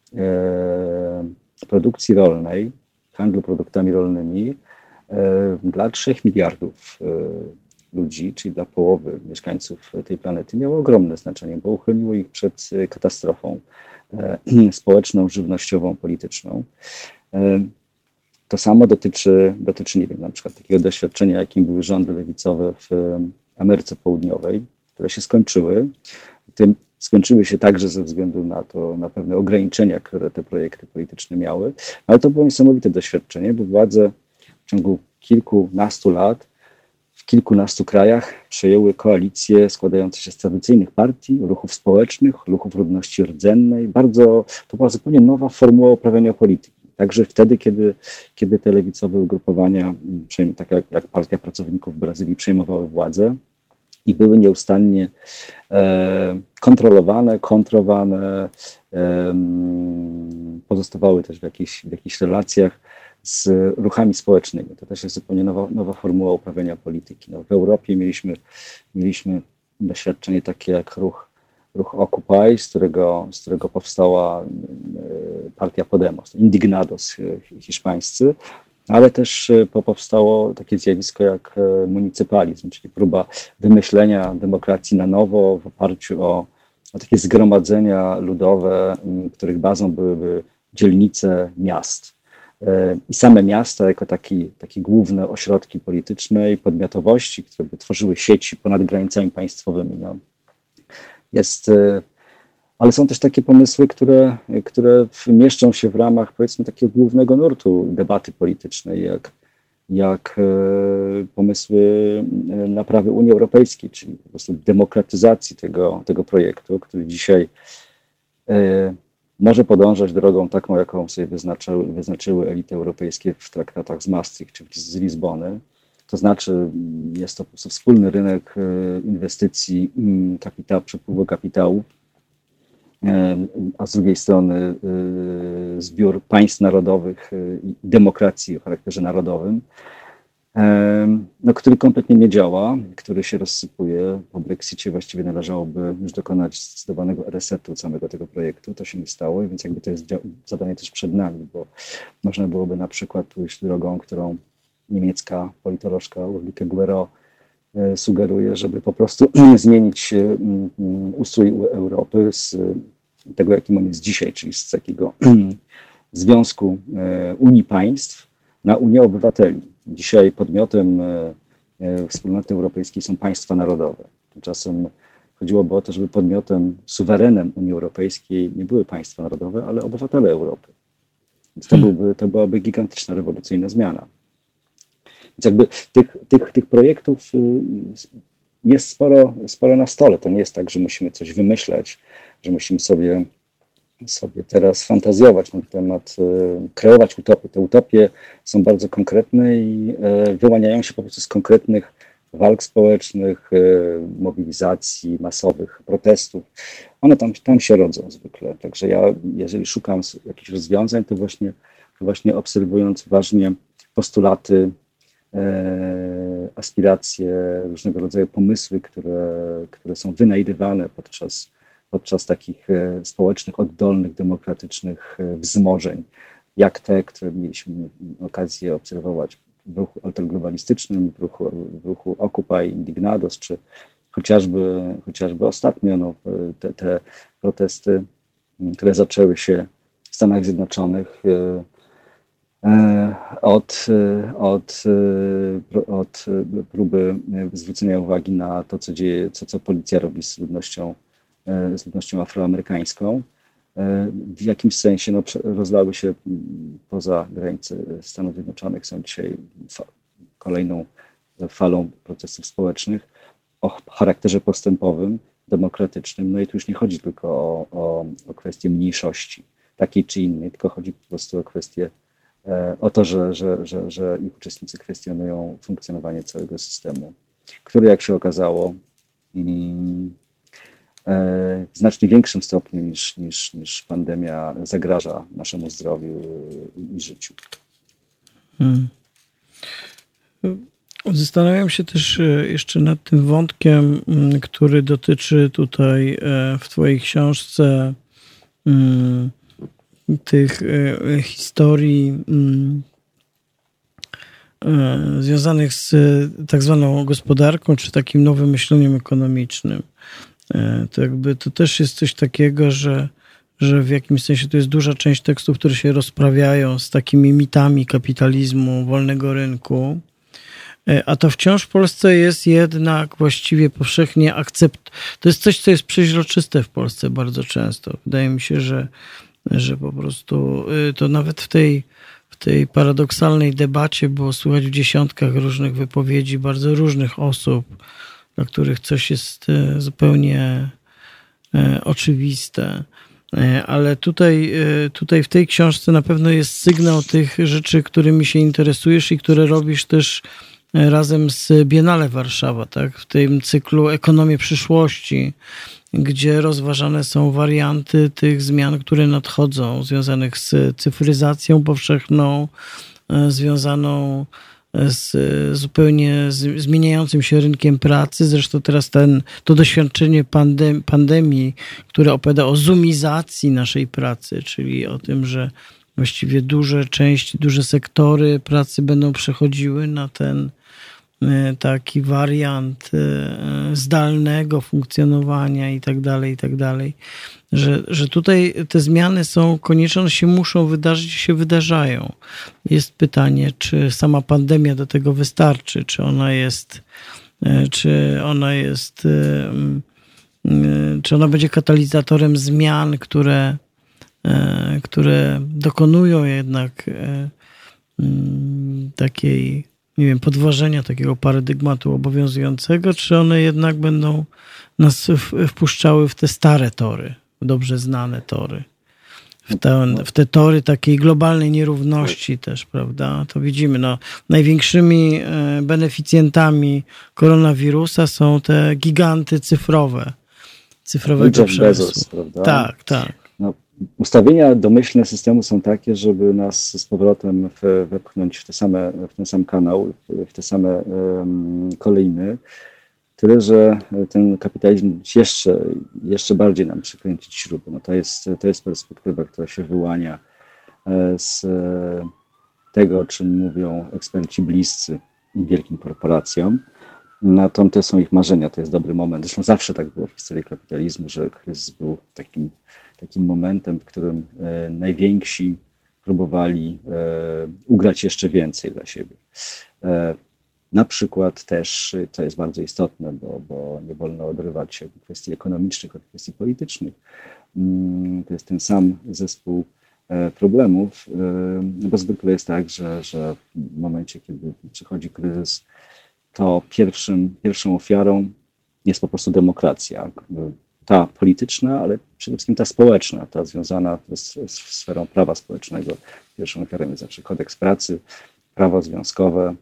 y, produkcji rolnej, handlu produktami rolnymi y, dla trzech miliardów y, ludzi, czyli dla połowy mieszkańców tej planety, miało ogromne znaczenie, bo uchroniło ich przed katastrofą e, społeczną, żywnościową, polityczną. E, to samo dotyczy, dotyczy, nie wiem, na przykład takiego doświadczenia, jakim były rządy lewicowe w Ameryce Południowej, które się skończyły. Tym skończyły się także ze względu na to, na pewne ograniczenia, które te projekty polityczne miały, ale to było niesamowite doświadczenie, bo władze w ciągu kilkunastu lat w kilkunastu krajach przejęły koalicje składające się z tradycyjnych partii, ruchów społecznych, ruchów ludności rdzennej. Bardzo, to była zupełnie nowa formuła uprawiania polityki. Także wtedy, kiedy, kiedy te lewicowe ugrupowania, tak jak, jak Partia Pracowników w Brazylii, przejmowały władzę i były nieustannie e, kontrolowane, kontrowane, e, pozostawały też w jakichś, w jakichś relacjach z ruchami społecznymi. To też jest zupełnie nowa, nowa formuła uprawiania polityki. No, w Europie mieliśmy, mieliśmy doświadczenie takie jak ruch, ruch Occupy, z którego, z którego powstała partia Podemos, Indignados hiszpańscy, ale też powstało takie zjawisko jak municypalizm, czyli próba wymyślenia demokracji na nowo w oparciu o, o takie zgromadzenia ludowe, których bazą byłyby dzielnice miast. I same miasta jako taki, takie główne ośrodki polityczne i podmiotowości, które by tworzyły sieci ponad granicami państwowymi. No. Jest, ale są też takie pomysły, które, które mieszczą się w ramach, powiedzmy, takiego głównego nurtu debaty politycznej, jak, jak pomysły naprawy Unii Europejskiej, czyli po prostu demokratyzacji tego, tego projektu, który dzisiaj może podążać drogą taką, jaką sobie wyznaczyły, wyznaczyły elity europejskie w traktatach z Maastricht czy z Lizbony. To znaczy jest to po prostu wspólny rynek inwestycji, kapitału, przepływu kapitału, a z drugiej strony zbiór państw narodowych i demokracji o charakterze narodowym, no, który kompletnie nie działa, który się rozsypuje. Po Brexicie właściwie należałoby już dokonać zdecydowanego resetu całego tego projektu. To się nie stało, więc jakby to jest zadanie też przed nami, bo można byłoby na przykład pójść drogą, którą niemiecka politolożka Ulrike Guerrero sugeruje, żeby po prostu zmienić ustrój Europy z tego, jakim on jest dzisiaj, czyli z takiego związku Unii Państw na Unię Obywateli. Dzisiaj podmiotem Wspólnoty Europejskiej są państwa narodowe. Tymczasem chodziłoby o to, żeby podmiotem, suwerenem Unii Europejskiej nie były państwa narodowe, ale obywatele Europy. Więc to, byłby, to byłaby gigantyczna, rewolucyjna zmiana. Więc jakby tych, tych, tych projektów jest sporo, sporo na stole. To nie jest tak, że musimy coś wymyśleć, że musimy sobie, sobie teraz fantazjować na temat, kreować utopie. Te utopie są bardzo konkretne i wyłaniają się po prostu z konkretnych walk społecznych, mobilizacji masowych, protestów. One tam, tam się rodzą zwykle. Także ja, jeżeli szukam jakichś rozwiązań, to właśnie, to właśnie obserwując uważnie postulaty, aspiracje, różnego rodzaju pomysły, które, które są wynajdywane podczas, podczas takich społecznych, oddolnych, demokratycznych wzmożeń, jak te, które mieliśmy okazję obserwować w ruchu alterglobalistycznym, w ruchu, w ruchu Occupy Indignados, czy chociażby, chociażby ostatnio no, te, te protesty, które zaczęły się w Stanach Zjednoczonych Od, od, od próby zwrócenia uwagi na to, co dzieje, co, co policja robi z ludnością, z ludnością afroamerykańską. W jakimś sensie no, rozlały się poza granice Stanów Zjednoczonych, są dzisiaj fa- kolejną falą protestów społecznych o charakterze postępowym, demokratycznym. No i tu już nie chodzi tylko o, o, o kwestię mniejszości, takiej czy innej, tylko chodzi po prostu o kwestię o to, że, że, że, że ich uczestnicy kwestionują funkcjonowanie całego systemu, który, jak się okazało, w znacznie większym stopniu niż, niż, niż pandemia zagraża naszemu zdrowiu i życiu. Hmm. Zastanawiam się też jeszcze nad tym wątkiem, który dotyczy tutaj w twojej książce tych e, historii m, e, związanych z tak zwaną gospodarką, czy takim nowym myśleniem ekonomicznym. E, to jakby to też jest coś takiego, że, że w jakimś sensie to jest duża część tekstów, które się rozprawiają z takimi mitami kapitalizmu, wolnego rynku, e, a to wciąż w Polsce jest jednak właściwie powszechnie akcept. To jest coś, co jest przeźroczyste w Polsce bardzo często. Wydaje mi się, że że po prostu to nawet w tej, w tej paradoksalnej debacie było słychać w dziesiątkach różnych wypowiedzi bardzo różnych osób, dla których coś jest zupełnie oczywiste. Ale tutaj, tutaj w tej książce na pewno jest sygnał tych rzeczy, którymi się interesujesz i które robisz też razem z Biennale Warszawa, tak? W tym cyklu Ekonomie przyszłości, gdzie rozważane są warianty tych zmian, które nadchodzą, związanych z cyfryzacją powszechną, związaną z zupełnie zmieniającym się rynkiem pracy. Zresztą teraz ten, to doświadczenie pandem, pandemii, które opowiada o zoomizacji naszej pracy, czyli o tym, że właściwie duże części, duże sektory pracy będą przechodziły na ten taki wariant zdalnego funkcjonowania i tak dalej, i tak dalej, że, że tutaj te zmiany są konieczne, one się muszą wydarzyć, się wydarzają. Jest pytanie, czy sama pandemia do tego wystarczy, czy ona jest, czy ona jest, czy ona będzie katalizatorem zmian, które, które dokonują jednak takiej, nie wiem, podważenia takiego paradygmatu obowiązującego, czy one jednak będą nas wpuszczały w te stare tory, dobrze znane tory, w te, w te tory takiej globalnej nierówności też, prawda? To widzimy, no, największymi beneficjentami koronawirusa są te giganty cyfrowe. cyfrowego Jeff przemysłu. Bezos, prawda? Tak, tak. No, ustawienia domyślne systemu są takie, żeby nas z powrotem w, wepchnąć w, te same, w ten sam kanał, w te same um, kolejny. Tyle, że ten kapitalizm jeszcze, jeszcze bardziej nam przykręcić śruby. No to jest, to jest perspektywa, która się wyłania z tego, o czym mówią eksperci bliscy wielkim korporacjom. No to, to są ich marzenia, to jest dobry moment. Zresztą zawsze tak było w historii kapitalizmu, że kryzys był takim, takim momentem, w którym e, najwięksi próbowali e, ugrać jeszcze więcej dla siebie. E, na przykład też, to jest bardzo istotne, bo, bo nie wolno odrywać się od kwestii ekonomicznych, od kwestii politycznych. Mm, to jest ten sam zespół e, problemów, e, bo zwykle jest tak, że, że w momencie, kiedy przychodzi kryzys, to pierwszym, pierwszą ofiarą jest po prostu demokracja. Ta polityczna, ale przede wszystkim ta społeczna, ta związana z, z sferą prawa społecznego. Pierwszą ofiarą jest zawsze kodeks pracy, prawo związkowe,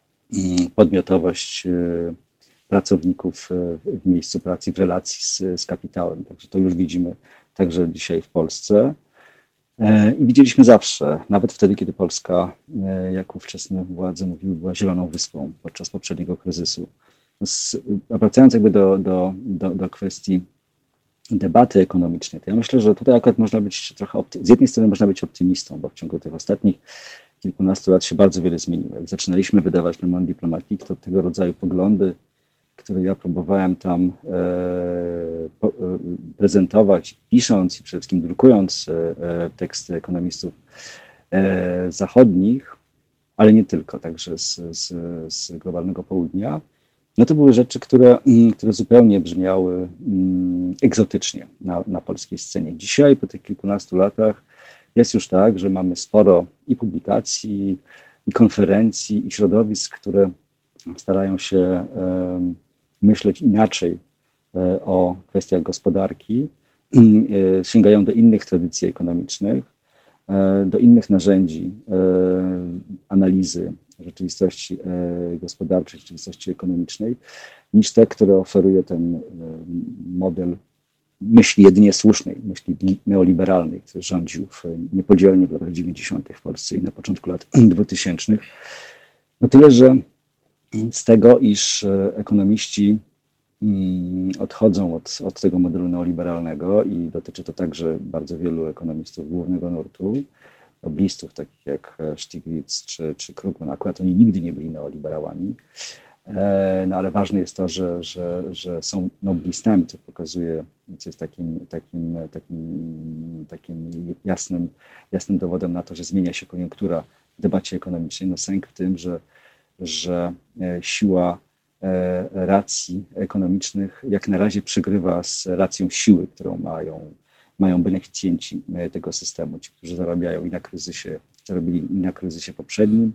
podmiotowość pracowników w miejscu pracy, w relacji z, z kapitałem. Także to już widzimy także dzisiaj w Polsce. I widzieliśmy zawsze, nawet wtedy, kiedy Polska, jak ówczesne władze mówiły, była zieloną wyspą podczas poprzedniego kryzysu. A wracając jakby do, do, do, do kwestii debaty ekonomicznej, to ja myślę, że tutaj akurat można być trochę, opty- z jednej strony można być optymistą, bo w ciągu tych ostatnich kilkunastu lat się bardzo wiele zmieniło. Jak zaczynaliśmy wydawać Le Monde Diplomatique, to tego rodzaju poglądy, które ja próbowałem tam e, po, e, prezentować, pisząc i przede wszystkim drukując e, teksty ekonomistów e, zachodnich, ale nie tylko, także z, z, z globalnego południa, no to były rzeczy, które, które zupełnie brzmiały mm, egzotycznie na, na polskiej scenie. Dzisiaj, po tych kilkunastu latach, jest już tak, że mamy sporo i publikacji, i konferencji, i środowisk, które starają się e, myśleć inaczej e, o kwestiach gospodarki, e, sięgają do innych tradycji ekonomicznych, e, do innych narzędzi e, analizy rzeczywistości e, gospodarczej, rzeczywistości ekonomicznej, niż te, które oferuje ten e, model myśli jedynie słusznej, myśli neoliberalnej, który rządził w, niepodzielnie w latach dziewięćdziesiątych w Polsce i na początku lat dwutysięcznych. No tyle, że z tego, iż ekonomiści odchodzą od, od tego modelu neoliberalnego i dotyczy to także bardzo wielu ekonomistów głównego nurtu, noblistów takich jak Stiglitz czy, czy Krugman. Akurat oni nigdy nie byli neoliberałami, no ale ważne jest to, że, że, że są noblistami, co pokazuje, co jest takim, takim, takim, takim jasnym, jasnym dowodem na to, że zmienia się koniunktura w debacie ekonomicznej. No sęk w tym, że że siła racji ekonomicznych jak na razie przegrywa z racją siły, którą mają, mają beneficjenci tego systemu, ci, którzy zarabiają i na kryzysie, zarobili i na kryzysie poprzednim,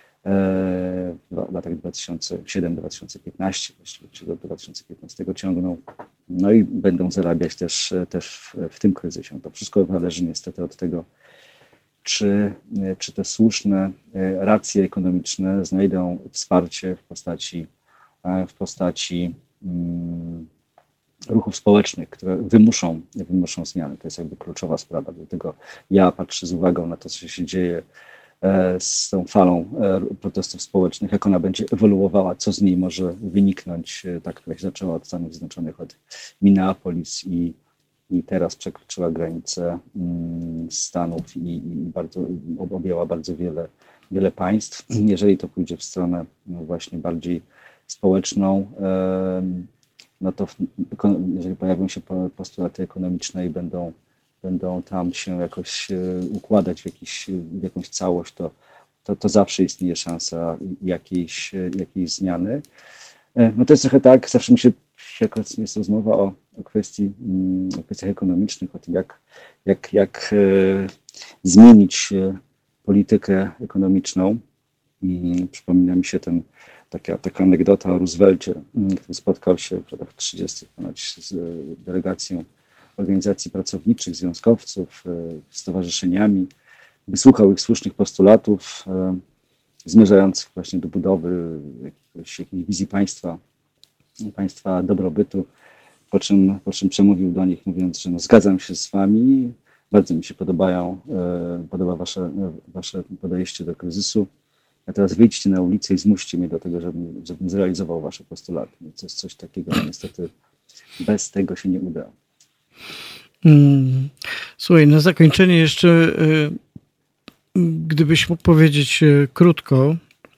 w latach dwa tysiące siódmym do dwa tysiące piętnastego, właściwie czy do dwa tysiące piętnastego ciągną, no i będą zarabiać też, też w, w tym kryzysie. To wszystko zależy niestety od tego, Czy, czy te słuszne racje ekonomiczne znajdą wsparcie w postaci, w postaci um, ruchów społecznych, które wymuszą, wymuszą zmiany. To jest jakby kluczowa sprawa. Dlatego ja patrzę z uwagą na to, co się dzieje z tą falą protestów społecznych, jak ona będzie ewoluowała, co z niej może wyniknąć, ta, która się zaczęła od Stanów Zjednoczonych, od Minneapolis i i teraz przekroczyła granicę Stanów i, i bardzo, objęła bardzo wiele, wiele państw. Jeżeli to pójdzie w stronę no właśnie bardziej społeczną, no to w, jeżeli pojawią się postulaty ekonomiczne i będą, będą tam się jakoś układać w, jakiś, w jakąś całość, to, to, to zawsze istnieje szansa jakiejś, jakiejś zmiany. No to jest trochę tak, zawsze mi się, jak jest rozmowa o, o, kwestii, o kwestiach ekonomicznych, o tym, jak, jak, jak e, zmienić politykę ekonomiczną. I przypomina mi się ten, taka, taka anegdota o Roosevelcie, który spotkał się w latach trzydziestych ponad z delegacją organizacji pracowniczych, związkowców, stowarzyszeniami, wysłuchał ich słusznych postulatów, e, zmierzających właśnie do budowy jakiegoś, jakiejś wizji państwa, państwa dobrobytu. po czym, po czym przemówił do nich, mówiąc, że no, zgadzam się z wami, bardzo mi się podobają, podoba wasze, wasze podejście do kryzysu, a teraz wyjdźcie na ulicę i zmuście mnie do tego, żebym, żebym zrealizował wasze postulaty. To jest coś takiego, no, niestety bez tego się nie uda. Słuchaj, na zakończenie jeszcze, gdybyś mógł powiedzieć krótko,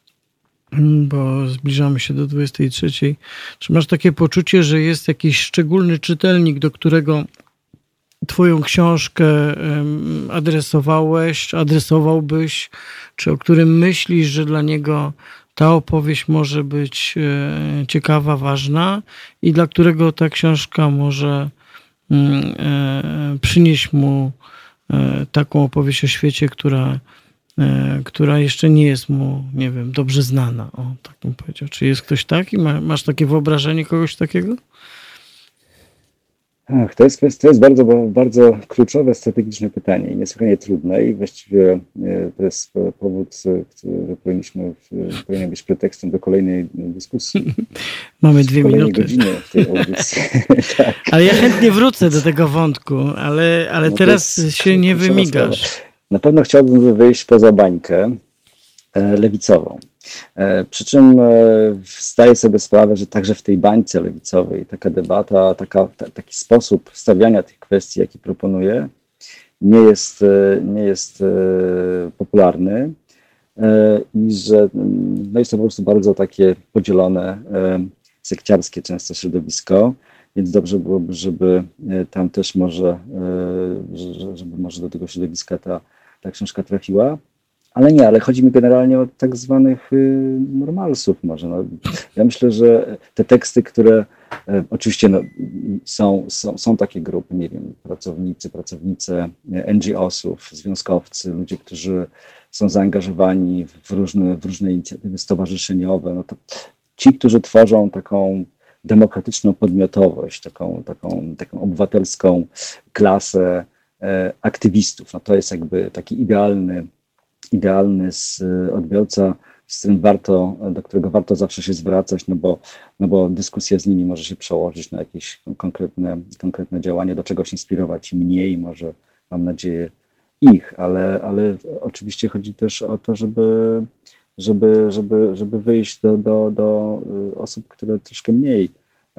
bo zbliżamy się do dwudziestej trzeciej. Czy masz takie poczucie, że jest jakiś szczególny czytelnik, do którego twoją książkę adresowałeś, adresowałbyś, czy o którym myślisz, że dla niego ta opowieść może być ciekawa, ważna i dla którego ta książka może przynieść mu taką opowieść o świecie, która która jeszcze nie jest mu, nie wiem, dobrze znana. O, tak bym powiedział. Czy jest ktoś taki? Masz takie wyobrażenie kogoś takiego? Ach, to jest, to jest bardzo, bardzo kluczowe, strategiczne pytanie i niesłychanie trudne i właściwie to jest powód, który powinniśmy, powinien być pretekstem do kolejnej dyskusji. Mamy dwie minuty. Godziny w tej audycji. Tak. Ale ja chętnie wrócę do tego wątku, ale, ale no teraz się nie wymigasz. Sprawa. Na pewno chciałbym wyjść poza bańkę e, lewicową. E, przy czym e, zdaję sobie sprawę, że także w tej bańce lewicowej taka debata, taka, ta, taki sposób stawiania tych kwestii, jaki proponuję, nie jest, e, nie jest e, popularny e, i że no jest to po prostu bardzo takie podzielone, e, sekciarskie często środowisko. Więc dobrze byłoby, żeby tam też może, żeby może do tego środowiska ta, ta książka trafiła. Ale nie, ale chodzi mi generalnie o tak zwanych normalsów może. No, ja myślę, że te teksty, które oczywiście no, są, są, są takie grupy, nie wiem, pracownicy, pracownice N G O sów, związkowcy, ludzie, którzy są zaangażowani w różne, w różne inicjatywy stowarzyszeniowe, no to ci, którzy tworzą taką demokratyczną podmiotowość, taką, taką, taką obywatelską klasę e, aktywistów. No to jest jakby taki idealny, idealny z, odbiorca, z którym warto, do którego warto zawsze się zwracać, no bo, no bo dyskusja z nimi może się przełożyć na jakieś konkretne, konkretne działanie, do czegoś inspirować mnie i może, mam nadzieję, ich, ale, ale oczywiście chodzi też o to, żeby żeby, żeby, żeby wyjść do, do, do osób, które troszkę mniej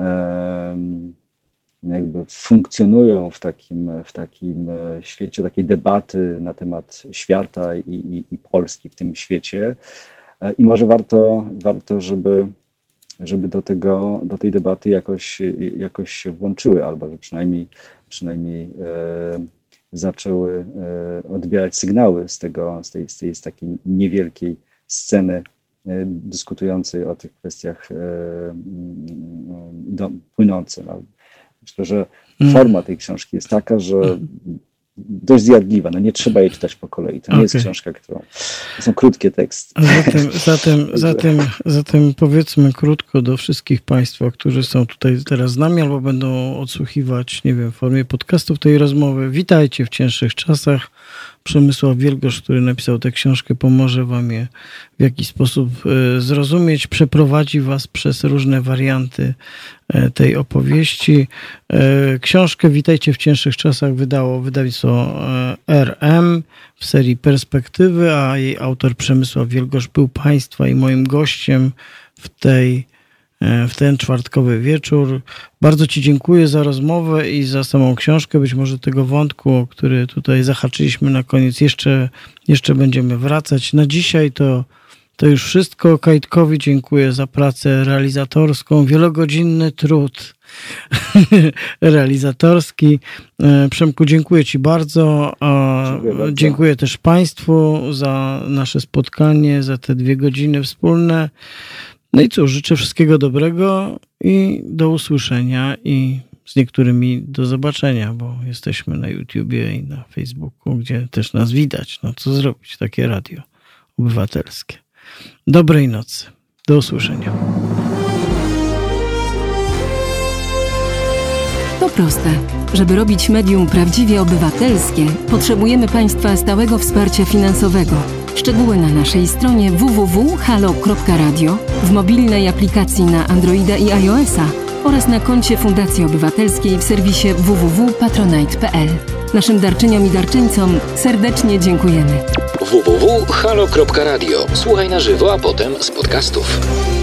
um, jakby funkcjonują w takim, w takim świecie, takiej debaty na temat świata i, i, i Polski w tym świecie. I może warto, warto żeby, żeby do, tego, do tej debaty jakoś, jakoś się włączyły, albo że przynajmniej, przynajmniej e, zaczęły e, odbierać sygnały z, tego, z, tej, z tej z takiej niewielkiej sceny dyskutującej o tych kwestiach do, płynące. No, myślę, że forma tej książki jest taka, że dość zjadliwa. No nie trzeba jej czytać po kolei. To nie okay. jest książka, którą... To są krótkie teksty. Zatem, zatem, zatem, zatem powiedzmy krótko do wszystkich Państwa, którzy są tutaj teraz z nami albo będą odsłuchiwać, nie wiem, w formie podcastów tej rozmowy. Witajcie w cięższych czasach. Przemysław Wielgosz, który napisał tę książkę, pomoże wam je w jakiś sposób zrozumieć, przeprowadzi was przez różne warianty tej opowieści. Książkę Witajcie w cięższych czasach wydało wydawnictwo R M w serii Perspektywy, a jej autor Przemysław Wielgosz był Państwa i moim gościem w tej w ten czwartkowy wieczór. Bardzo Ci dziękuję za rozmowę i za samą książkę. Być może tego wątku, który tutaj zahaczyliśmy na koniec, jeszcze, jeszcze będziemy wracać. Na dzisiaj to, to już wszystko. Kajtkowi dziękuję za pracę realizatorską, wielogodzinny trud realizatorski. Przemku, dziękuję Ci bardzo. Dziękuję bardzo. Dziękuję też Państwu za nasze spotkanie, za te dwie godziny wspólne. No i cóż, życzę wszystkiego dobrego i do usłyszenia i z niektórymi do zobaczenia, bo jesteśmy na YouTubie i na Facebooku, gdzie też nas widać. No co zrobić? Takie radio obywatelskie. Dobrej nocy. Do usłyszenia. To proste. Żeby robić medium prawdziwie obywatelskie, potrzebujemy Państwa stałego wsparcia finansowego. Szczegóły na naszej stronie w w w kropka halo kropka radio, w mobilnej aplikacji na Androida i iOS a oraz na koncie Fundacji Obywatelskiej w serwisie w w w kropka patronite kropka p l. Naszym darczyniom i darczyńcom serdecznie dziękujemy. w w w kropka halo kropka radio. Słuchaj na żywo, a potem z podcastów.